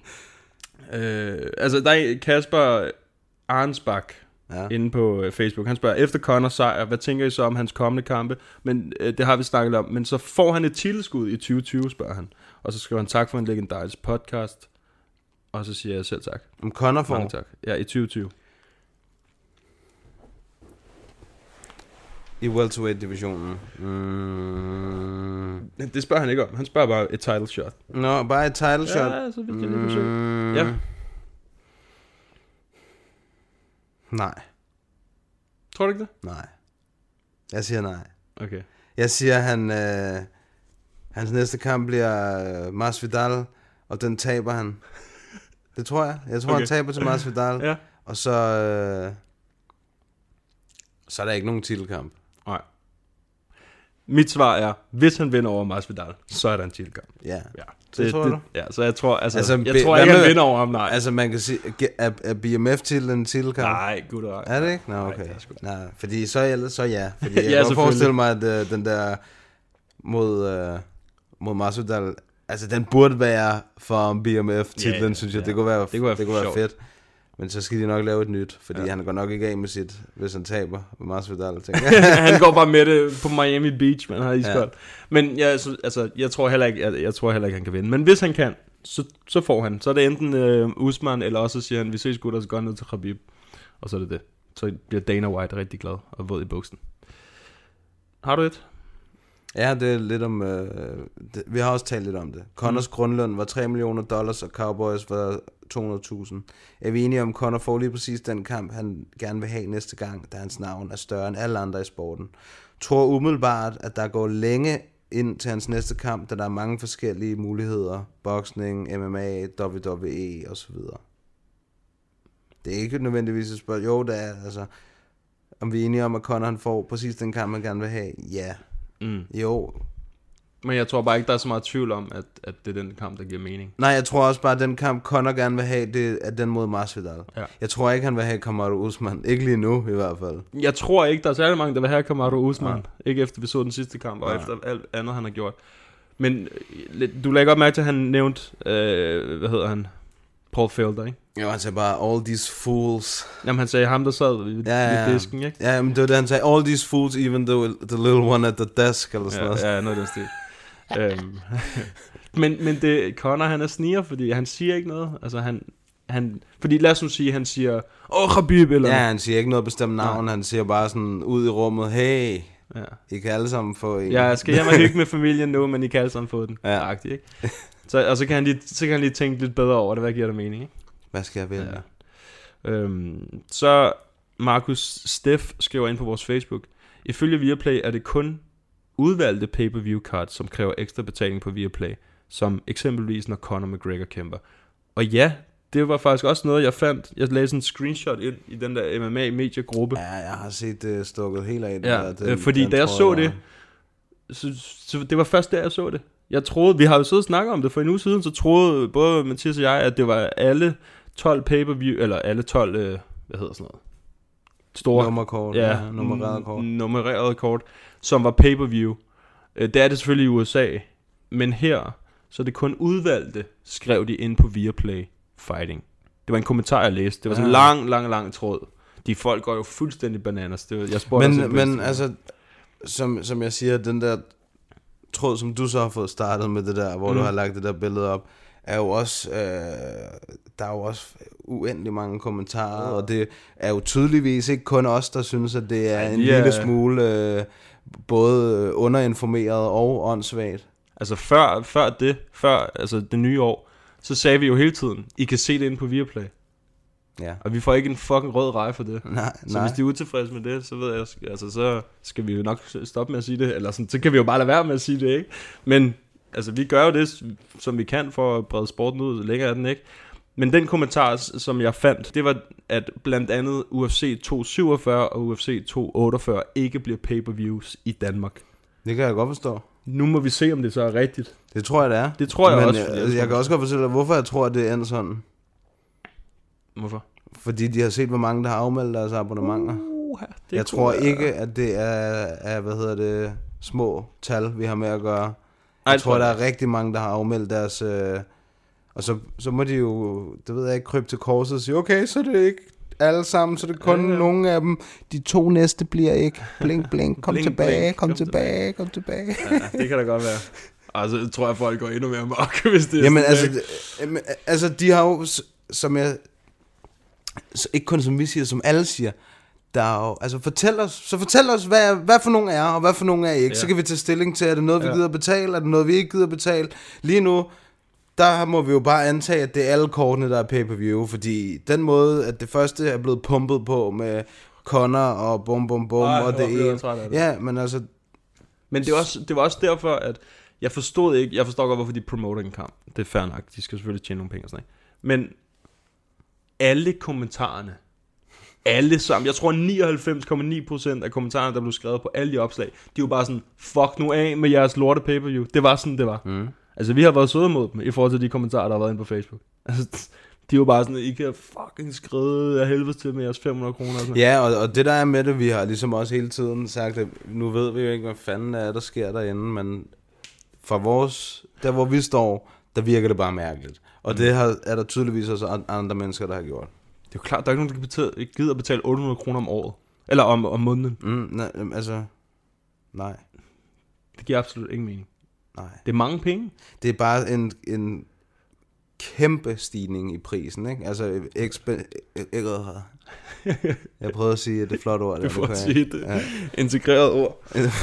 Altså der er Kasper Arnsbak inde på Facebook. Han spørger, efter Conor sejr, hvad tænker I så om hans kommende kampe? Men det har vi snakket om. Men så får han et titelskud i 2020, spørger han. Og så skriver han, tak for en legendarisk podcast. Og så siger jeg selv tak. Om Conor får? Mange tak. Ja, i 2020. I welterweight-divisionen. Det spørger han ikke om. Han spørger bare et title shot. Nå, bare et title shot? Ja, så vil jeg lige forsøge. Ja. Nej. Tror du ikke det? Nej. Jeg siger nej. Okay. Jeg siger, hans næste kamp bliver Masvidal, og den taber han. Det tror jeg. Jeg tror, han taber til Masvidal. Ja. Og så er der ikke nogen titelkamp. Nej. Mit svar er, hvis han vinder over Masvidal, så er der en titelkamp. Ja. Det tror du? Ja, så jeg tror, jeg tror ikke, han vinder over ham, nej. Altså, man kan sige, er BMF-titlen en titelkamp? Nej, gud og er det ikke? Nå, okay. Nej, fordi så ja. Fordi jeg ja, kan forestille mig, at den der mod Masvidal, altså den burde være for BMF-titlen, synes jeg. Det kunne være fedt. Men så skal de nok lave et nyt, fordi han går nok ikke af med sit, hvis han taber med Masvidal. Han går bare med det på Miami Beach, man har iskoldt. Men jeg tror heller ikke, han kan vinde. Men hvis han kan, så får han. Så er det enten Usman, eller også siger han, vi ses gutter, så går ned til Khabib. Og så er det. Så bliver Dana White rigtig glad og våd i buksen. Har du et? Ja, det er lidt om... vi har også talt lidt om det. Conors grundløn var $3 million, og Cowboys var 200.000. Er vi enige om, Conor får lige præcis den kamp, han gerne vil have næste gang, da hans navn er større end alle andre i sporten? Tror umiddelbart, at der går længe ind til hans næste kamp, da der er mange forskellige muligheder. Boksning, MMA, WWE osv. Det er ikke nødvendigvis et spørgsmål. Jo, det er altså... Om vi er enige om, at Conor han får præcis den kamp, han gerne vil have? Ja. Jo. Men jeg tror bare ikke, der er så meget tvivl om, at det er den kamp, der giver mening. Nej, jeg tror også bare, at den kamp, Conor gerne vil have, det er den mod Masvidal. Ja. Jeg tror ikke, han vil have Kamaru Usman. Ikke lige nu, i hvert fald. Jeg tror ikke, der er særlig mange, der vil have Kamaru Usman. Ja. Ikke efter vi så den sidste kamp, og efter alt andet, han har gjort. Men du lagde godt mærke til, at han nævnte, hvad hedder han? Paul Felder, ikke? Jo, han sagde bare, all these fools. Jamen, han sagde ham, der sad ved disken, ikke? Ja, men det var det, han sagde, all these fools, even the little one at the desk, eller sådan noget. Ja, noget af den stil. men det, Conor, han er sniger, fordi han siger ikke noget. Altså, han fordi lad os nu sige, han siger, Khabib, eller... Ja, han siger ikke noget bestemt navn, han siger bare sådan, ud i rummet, hey... Ja. I kan alle sammen få en. Ja, jeg skal hjem og hygge med familien nu, men I kan alle sammen få den. Ja. Agtigt, ikke? Og så kan han lige tænke lidt bedre over det, hvad giver der mening, ikke? Hvad skal jeg vælge? Ja. Så Markus Steff skriver ind på vores Facebook, ifølge Viaplay er det kun udvalgte pay-per-view cards, som kræver ekstra betaling på Viaplay, som eksempelvis når Conor McGregor kæmper. Og ja, det var faktisk også noget, jeg fandt. Jeg lagde sådan en screenshot ind i den der MMA-mediegruppe. Ja, jeg har set det stukket helt af. Ja, fordi da jeg så det, så det var først der, jeg så det. Jeg troede, vi har jo siddet og snakket om det for en uge siden, så troede både Mathias og jeg, at det var alle 12 pay-per-view, eller alle 12, hvad hedder sådan noget? Store nummerkort, nummererede kort, som var pay-per-view. Det er det selvfølgelig i USA, men her, så er det kun udvalgte, skrev de ind på Viaplay Fighting. Det var en kommentar, jeg læste. Det var sådan en lang tråd. De folk går jo fuldstændig bananas. Jeg spurgte men altså, som jeg siger, den der tråd, som du så har fået startet med det der, hvor du har lagt det der billede op, er jo også, der er jo også uendelig mange kommentarer, og det er jo tydeligvis ikke kun os, der synes, at det er en lille smule både underinformeret og åndssvagt. Altså før altså det nye år, så sagde vi jo hele tiden, I kan se det inde på Viaplay. Ja. Og vi får ikke en fucking rød rej for det. Nej. Så hvis de er utilfredse med det, så ved jeg, altså så skal vi jo nok stoppe med at sige det, eller sådan, så kan vi jo bare lade være med at sige det, ikke? Men altså vi gør jo det, som vi kan for at brede sporten ud, længere er den ikke. Men den kommentar, som jeg fandt, det var, at blandt andet UFC 247 og UFC 248 ikke bliver pay-per-views i Danmark. Det kan jeg godt forstå. Nu må vi se, om det så er rigtigt. Det tror jeg, det er. Det tror jeg også. Men jeg kan også godt fortælle dig, hvorfor jeg tror, at det er sådan. Hvorfor? Fordi de har set, hvor mange, der har afmeldt deres abonnementer. Jeg tror ikke, at det er små tal, vi har med at gøre. Jeg tror, der er rigtig mange, der har afmeldt deres... og så må de jo, det ved jeg ikke, krybe til korset og sige, okay, så er det ikke alle sammen, så er det kun nogle af dem. De 2 næste bliver ikke. Blink, blink, kom tilbage. Ja, det kan da godt være. Altså, jeg tror, at folk går endnu mere mørke, hvis det er. Jamen, altså, de har jo, som jeg... Ikke kun som vi siger, som alle siger, der er jo, altså fortæl os hvad for nogen er, og hvad for nogen er ikke. Så kan vi tage stilling til, er det noget, vi gider betale, er det noget, vi ikke gider betale. Lige nu, der må vi jo bare antage, at det er alle kortene, der er pay-per-view, fordi den måde, at det første er blevet pumpet på med Conor og bum, og det ene. Ja, men altså... Men det var også derfor, at jeg forstår godt, hvorfor de promoter en kamp. Det er fair nok, de skal selvfølgelig tjene nogle penge og sådan noget. Men alle kommentarerne, alle sammen, jeg tror 99,9% af kommentarerne, der blev skrevet på alle de opslag, de var bare sådan, fuck nu af med jeres lorte pay-per-view. Det var sådan, det var. Altså, vi har været søde mod dem, i forhold til de kommentarer, der har været inde på Facebook. Altså, de var bare sådan, I kan fucking skride af helvede til med jeres 500 kroner. Ja, og det der er med det, vi har ligesom også hele tiden sagt, at nu ved vi jo ikke, hvad fanden der sker derinde, men fra vores, der hvor vi står, der virker det bare mærkeligt. Og det er der tydeligvis også andre mennesker, der har gjort. Det er jo klart, der er ikke nogen, der gider betale 800 kroner om året. Eller om måneden. Nej. Det giver absolut ingen mening. Nej. Det er mange penge. Det er bare en kæmpe stigning i prisen, ikke? Altså, jeg prøvede at sige det flot ord. Du får at sige det. Ja. Integreret ord.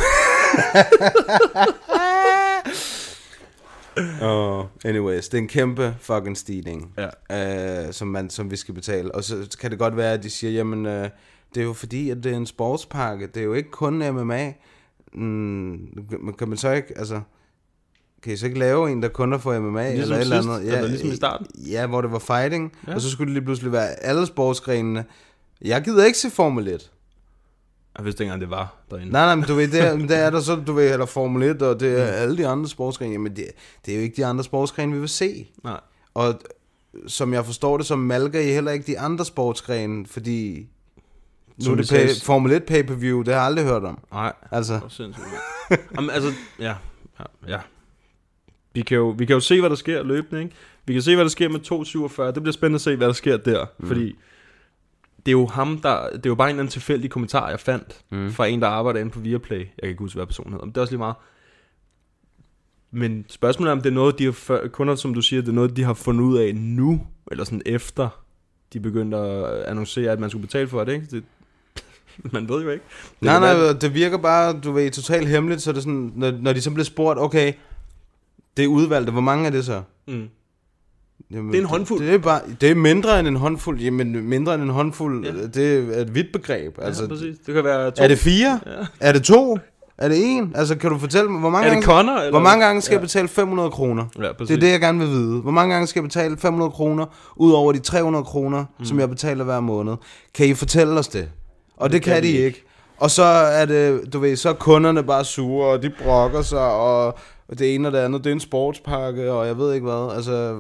Anyways, det er en kæmpe fucking stigning, som vi skal betale. Og så kan det godt være, at de siger, jamen, det er jo fordi, at det er en sportspakke. Det er jo ikke kun MMA. Kan man så ikke, altså... Kan I så ikke lave en, der kun er for MMA ligesom eller et eller andet? Ja, ligesom i starten. Ja, hvor det var fighting, og så skulle det lige pludselig være alle sportsgrenene. Jeg gider ikke se Formel 1. Jeg vidste ikke engang, det var derinde. Nej, men du ved, der er der så, du ved, eller Formel 1, og det er alle de andre sportsgrene. Jamen, det er jo ikke de andre sportsgrene, vi vil se. Nej. Og som jeg forstår det, så malker I heller ikke de andre sportsgrene, fordi... Nu er det Formel 1 pay-per-view, det har jeg aldrig hørt om. Nej, altså. Jamen, altså, ja. Vi kan jo se, hvad der sker løbende, ikke? Vi kan se, hvad der sker med 247. Det bliver spændende at se, hvad der sker der. Fordi det er jo ham, det er jo bare en eller anden tilfældig kommentar, jeg fandt fra en, der arbejder inde på Viaplay. Jeg kan ikke huske, hvad personen hedder, men det er også lige meget. Men spørgsmålet er, om det er noget, de har kunder, som du siger, det er noget, de har fundet ud af nu, eller sådan efter de begyndte at annoncere, at man skulle betale for det, ikke? Man ved jo ikke. Det virker bare, du ved, totalt hemmeligt, så det er sådan, når de så bliver spurgt, okay, det er udvalgte, hvor mange er det så? Jamen, det er en håndfuld. Det er mindre end en håndfuld. Jamen, mindre end en håndfuld, det er et vidt begreb. Altså, ja, præcis. Det kan være 2. Er det 4? Ja. Er det 2? Er det en? Altså, kan du fortælle mig, hvor mange gange... Conor, eller? Hvor mange gange skal jeg betale 500 kroner? Ja, det er det, jeg gerne vil vide. Hvor mange gange skal jeg betale 500 kroner, ud over de 300 kroner, som jeg betaler hver måned? Kan I fortælle os det? Og det kan de ikke. Og så er det, du ved, så er kunderne bare sure, og de brokker sig, og det ene og det andet, det er en sportspakke, og jeg ved ikke hvad. Altså,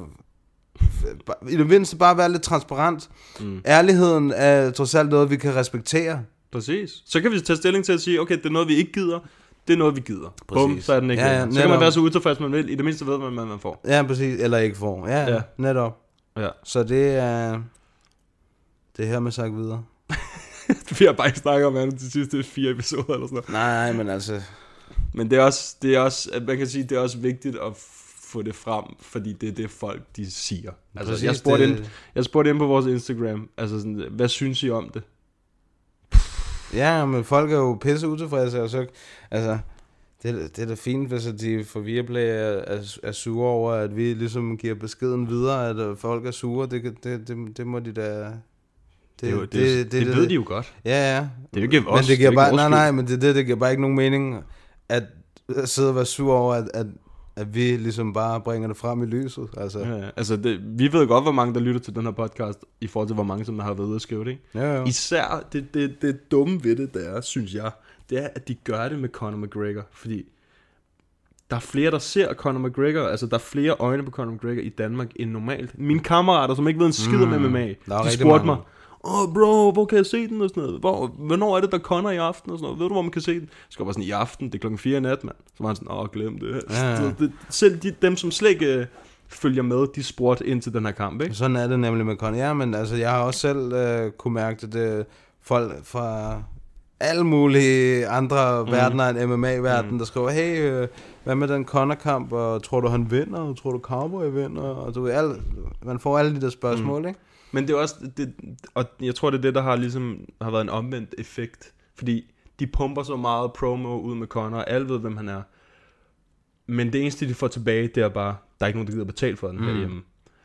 i det mindste bare være lidt transparent. Ærligheden er trods alt noget, vi kan respektere. Præcis. Så kan vi tage stilling til at sige, okay, det er noget, vi ikke gider. Det er noget, vi gider. Bum, så er den ikke. Ja, så kan man være så utilfreds, man vil. I det mindste ved man, hvad man får. Ja, præcis. Eller ikke får. Ja. Netop. Ja. Så det er her med sagt videre. Vi har bare ikke snakket om andet de sidste 4 episoder eller sådan noget. Nej, men altså... Men det er også, man kan sige, det er også vigtigt at få det frem, fordi det er det folk, de siger. Altså, præcis, jeg spurgte ind på vores Instagram, altså sådan, hvad synes I om det? Ja, men folk er jo pisse utilfredse, og så, altså, det er da fint, hvis de for Viaplay er sure over, at vi ligesom giver beskeden videre, at folk er sure, det må de da... Det ved de jo godt. Ja. Det giver også, men det giver bare, nej, men det giver bare ikke nogen mening, at sidde og være sur over, at vi ligesom bare bringer det frem i lyset. Altså, altså vi ved godt, hvor mange der lytter til den her podcast, i forhold til hvor mange, som der har været ude at skrive det, ikke? Jo. Især det dumme ved det, der synes jeg, det er, at de gør det med Conor McGregor, fordi der er flere, der ser Conor McGregor, altså der er flere øjne på Conor McGregor i Danmark end normalt. Mine kammerater, som ikke ved en skid om MMA, de spurgte mig, bro, hvor kan jeg se den og sådan noget? Hvornår er det, der Conor i aften og sådan noget? Ved du, hvor man kan se den? Jeg skal bare sådan, i aften, det er 4:00 i nat, mand. Så var han sådan, glem det. Ja. Selv dem, som slet ikke følger med, de spurgte ind til den her kamp, ikke? Sådan er det nemlig med Conor. Ja, men altså, jeg har også selv kunne mærke det, folk fra alle mulige andre verdener end MMA-verdenen, der skriver, hey, hvad med den Conor-kamp, og tror du, han vinder? Og tror du, Cowboy vinder? Og du man får alle de der spørgsmål, ikke? Men det er også, og jeg tror, det er det, der har været en omvendt effekt. Fordi de pumper så meget promo ud med Conor, og alle ved, hvem han er. Men det eneste, de får tilbage, det er bare, der er ikke nogen, der gider betale for den herhjemme.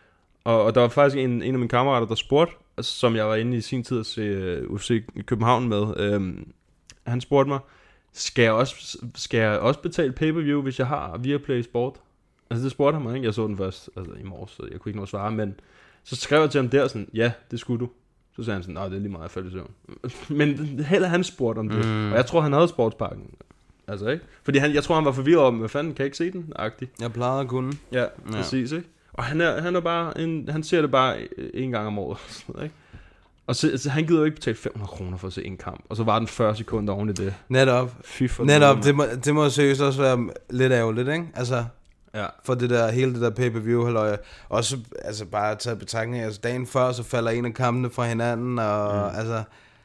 Og der var faktisk en af mine kammerater, der spurgte, som jeg var inde i sin tid at se UFC i København med. Han spurgte mig, skal jeg også betale pay-per-view, hvis jeg har Viaplay Sport? Altså det spurgte han mig, ikke? Jeg så den først i morges, så jeg kunne ikke nå at svare, men så skrev jeg til ham der sådan, ja, det skulle du. Så sagde han sådan, nej, det er lige meget, jeg faldt i søvn. Men heller han spurgte om det, og jeg tror, han havde sportspakken. Altså, ikke? Fordi jeg tror, han var forvirret om, hvad fanden, kan jeg ikke se den? Agtigt. Jeg plejede at kunne. Ja, præcis, ikke? Og han er bare, han ser det bare en gang om året, ikke? Og så han gider jo ikke betale 500 kroner for at se en kamp. Og så var den 40 sekunder oven i det. Netop. Det må seriøst også være lidt ærgerligt, ikke? Altså, for det der, hele det der pay-per-view, halløj. Også, altså bare tage betragtning, altså dagen før, så falder en af kampene fra hinanden, og altså,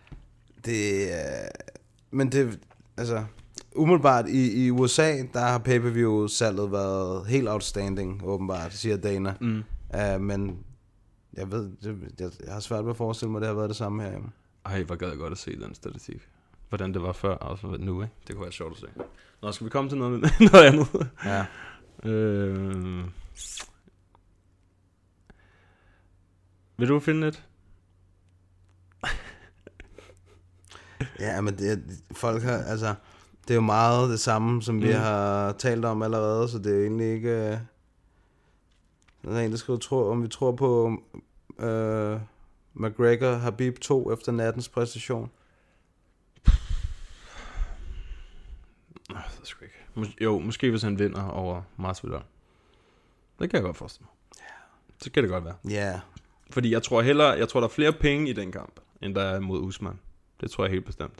det, men det, altså, umiddelbart i USA, der har pay-per-view-salget været helt outstanding, åbenbart, siger Dana. Men jeg ved, jeg har svært ved at forestille mig, at det har været det samme herhjemme. Ej, hvor gad jeg godt at se den statistik. Hvordan det var før, og så nu, ikke? Det kunne være sjovt at se. Nå, skal vi komme til noget andet? Ja. Vil du finde et? Ja, men folk har, altså, det er jo meget det samme, som vi har talt om allerede, så det er jo egentlig ikke... Der er en, der skriver, om vi tror på McGregor Habib 2 efter nattens præstation. Det er sgu ikke. Jo, måske hvis han vinder over Masvidal. Det kan jeg godt forestille mig. Så kan det godt være. Ja. Fordi jeg tror der er flere penge i den kamp, end der er mod Usman. Det tror jeg helt bestemt.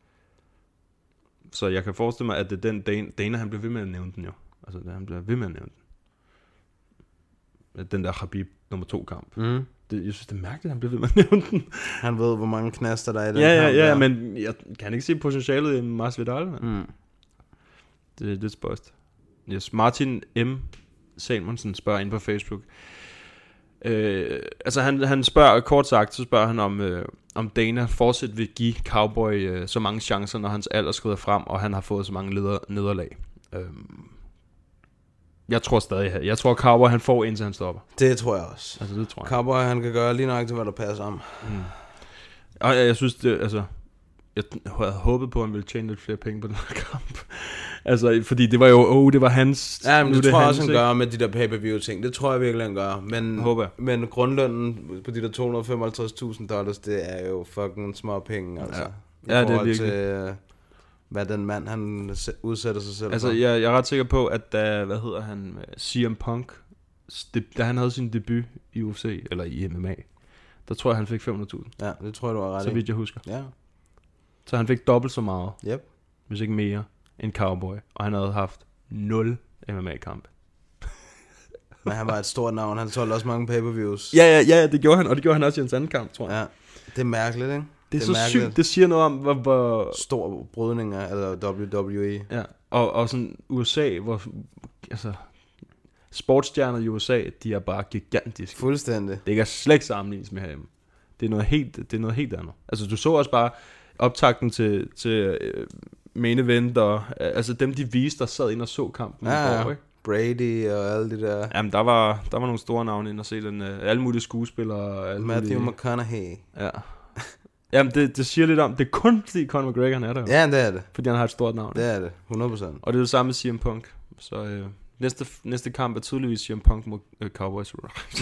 Så jeg kan forestille mig, at det er den Dana, han bliver ved med at nævne den jo. Altså, han bliver ved med at nævne den. Den der Habib nummer 2 kamp. Jeg synes, det er mærkeligt, at han bliver ved med at nævne den. Han ved, hvor mange knaster der er i den kamp. Ja, men jeg kan ikke se potentialet i Masvidal. Det er lidt spøjst. Yes, Martin M. Salmonsen spørger ind på Facebook. Altså han spørger, kort sagt, så spørger han om Dana fortsat vil give Cowboy så mange chancer, når hans alder skrider frem, og han har fået så mange nederlag. Jeg tror stadig, jeg tror Cowboy han får indtil han stopper. Det tror jeg også. Altså det tror jeg. Cowboy han kan gøre lige nok til hvad der passer om. Og jeg synes det, altså jeg havde håbet på, at han ville tjene lidt flere penge på den her kamp. Altså, fordi det var jo, det var hans... Ja, men det tror jeg også, han gør med de der pay-per-view ting. Det tror jeg virkelig, han gør. Men grundlønnen på de der $255,000, det er jo fucking små penge, altså. Ja, det er virkelig. Til, hvad den mand, han udsætter sig selv altså, for. jeg er ret sikker på, at da, CM Punk, da han havde sin debut i UFC, eller i MMA, der tror jeg, han fik 500.000. Ja, det tror jeg, du har ret i. Så vidt jeg husker. Ja. Så han fik dobbelt så meget, hvis ikke mere, end Cowboy. Og han havde haft 0 MMA-kampe. Men han var et stort navn. Han solgte også mange pay-per-views. Ja, det gjorde han. Og det gjorde han også i hans anden kamp, tror jeg. Ja, det er mærkeligt, ikke? Det er så mærkeligt. Sygt. Det siger noget om, hvor stor brydning er, eller WWE. Ja, og sådan USA, hvor... Altså, sportsstjerner i USA, de er bare gigantiske. Fuldstændig. Det kan slet ikke sammenlignes med herhjemme. Det er noget helt andet. Altså, du så også bare optakten til main event, og altså dem, de viste, der sad ind og så kampen. Ja, ikke? Brady og alle de der... Jamen, der var nogle store navne ind og se den. Alle mulige skuespillere. Matthew McConaughey. Ja. Jamen, det siger lidt om, det er kun fordi Conor McGregor, han er der. Ja, det er det. Fordi han har et stort navn. Det er det, 100%. Og det er det samme med CM Punk. Så næste kamp er tydeligvis CM Punk mod Cowboys.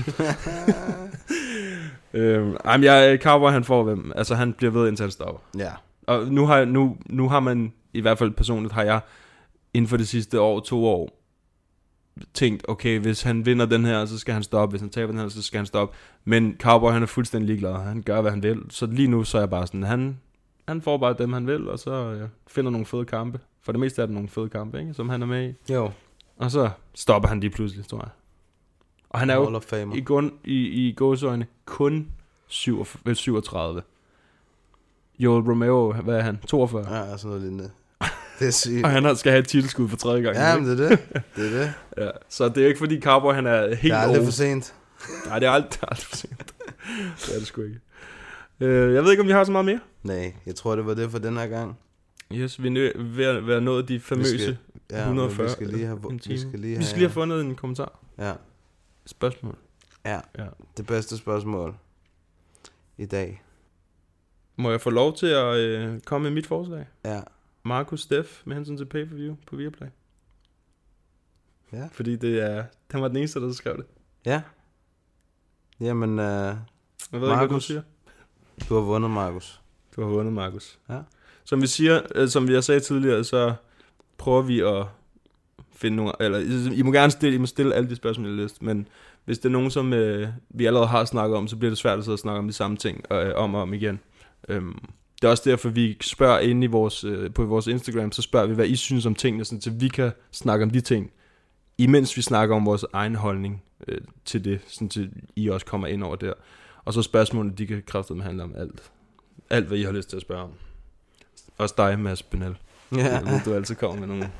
Cowboy, han får hvem? Altså, han bliver ved indtil han stopper. Ja. Og nu har man, i hvert fald personligt, har jeg inden for det sidste 2 år, tænkt, okay, hvis han vinder den her, så skal han stoppe. Hvis han taber den her, så skal han stoppe. Men Cowboy, han er fuldstændig ligeglad. Han gør, hvad han vil. Så lige nu, så er jeg bare sådan, han får bare dem, han vil, og så finder nogle fede kampe. For det meste er det nogle fede kampe, ikke? Som han er med i. Jo. Og så stopper han lige pludselig, tror jeg. Og han er jo i gåseøjne kun 37. Joel Romero, hvad er han? 42? Ja, sådan noget lignende. Det er sygt. Og han skal have et titelskud for 3. gang. Ja, men det er det. Det er det. Ja, så det er ikke fordi Cowboy, han er helt... Det er aldrig for sent. Nej, det er aldrig for sent. Det er det sgu ikke. Jeg ved ikke, om vi har så meget mere. Nej, jeg tror, det var det for den her gang. Yes, vi er ved at være nået de famøse 140. Vi skal lige have fundet en kommentar. Ja. Spørgsmål. Ja, det bedste spørgsmål i dag. Må jeg få lov til at komme med mit forslag? Ja. Markus Steff med hensyn til pay-per-view på Viaplay. Ja. Fordi han var den eneste, der skrev det. Ja. Jamen, jeg ved ikke, hvad du siger. Du har vundet, Markus. Du har vundet, Markus. Ja. Som vi har sagt tidligere, så prøver vi at finde nogle... Eller, I må gerne stille alle de spørgsmål, jeg har lyst. Men hvis det er nogen, som vi allerede har snakket om, så bliver det svært at sidde og snakke om de samme ting om og om igen. Det er også derfor, vi spørger inde på vores Instagram, så spørger vi, hvad I synes om tingene, så vi kan snakke om de ting, imens vi snakker om vores egen holdning til det, så I også kommer ind over der. Og så spørgsmålene, de kan kraftedeme handle om alt. Alt, hvad I har lyst til at spørge om. Også dig, Mads Benel. Ja. Jeg ved, du altid kommer med nogle...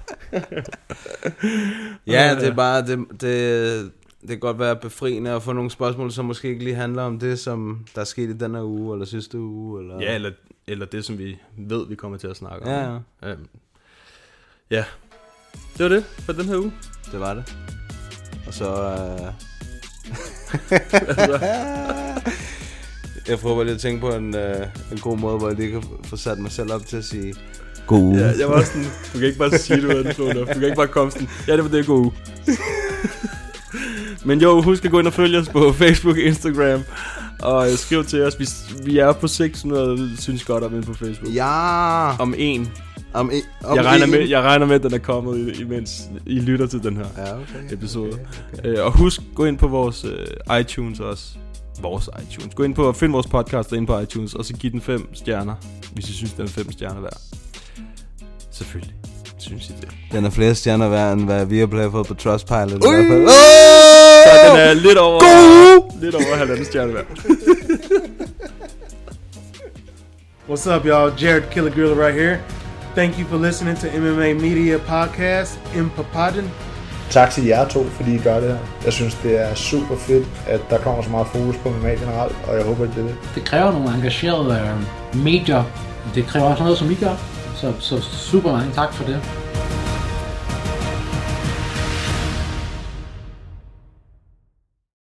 Ja, det er bare... Det kan godt være befriende at få nogle spørgsmål, som måske ikke lige handler om det, som der er sket i denne uge, eller sidste uge. Eller... Ja, eller det, som vi ved, vi kommer til at snakke om. Ja. Ja. Det var det for den her uge. Det var det. Og så... Jeg prøver lige at tænke på en god måde, hvor jeg lige kan få sat mig selv op til at sige... God uge. Ja, jeg var også sådan... Du kan ikke bare sige, du er den flot. Du kan ikke bare komme sådan... Ja, det var det, god uge. Men jo, husk at gå ind og følge os på Facebook, Instagram og skriv til os. Vi er på 600, synes godt om ind på Facebook. Ja. Om en. Jeg regner med, at den er kommet, imens I lytter til den her episode. Okay. Og husk, gå ind på vores iTunes også. Gå ind på og find vores podcast ind på iTunes, og så giv den 5 stjerner, hvis I synes, den er 5 stjerner værd. Selvfølgelig. Synes I det? Den er flere stjerner værd, end hvad vi har blevet fået på Trustpilot i hvert fald. Så den er lidt over 1,5 stjerner værd. What's up, y'all? Jared Killer Gorilla right here. Thank you for listening to MMA Media Podcast Impapaden. Tak til jer to, fordi I gør det her. Jeg synes, det er super fedt, at der kommer så meget fokus på MMA generelt, og jeg håber, at det er det. Det kræver nogle engagerede medier. Det kræver også noget, som I gør. Så super mange tak for det.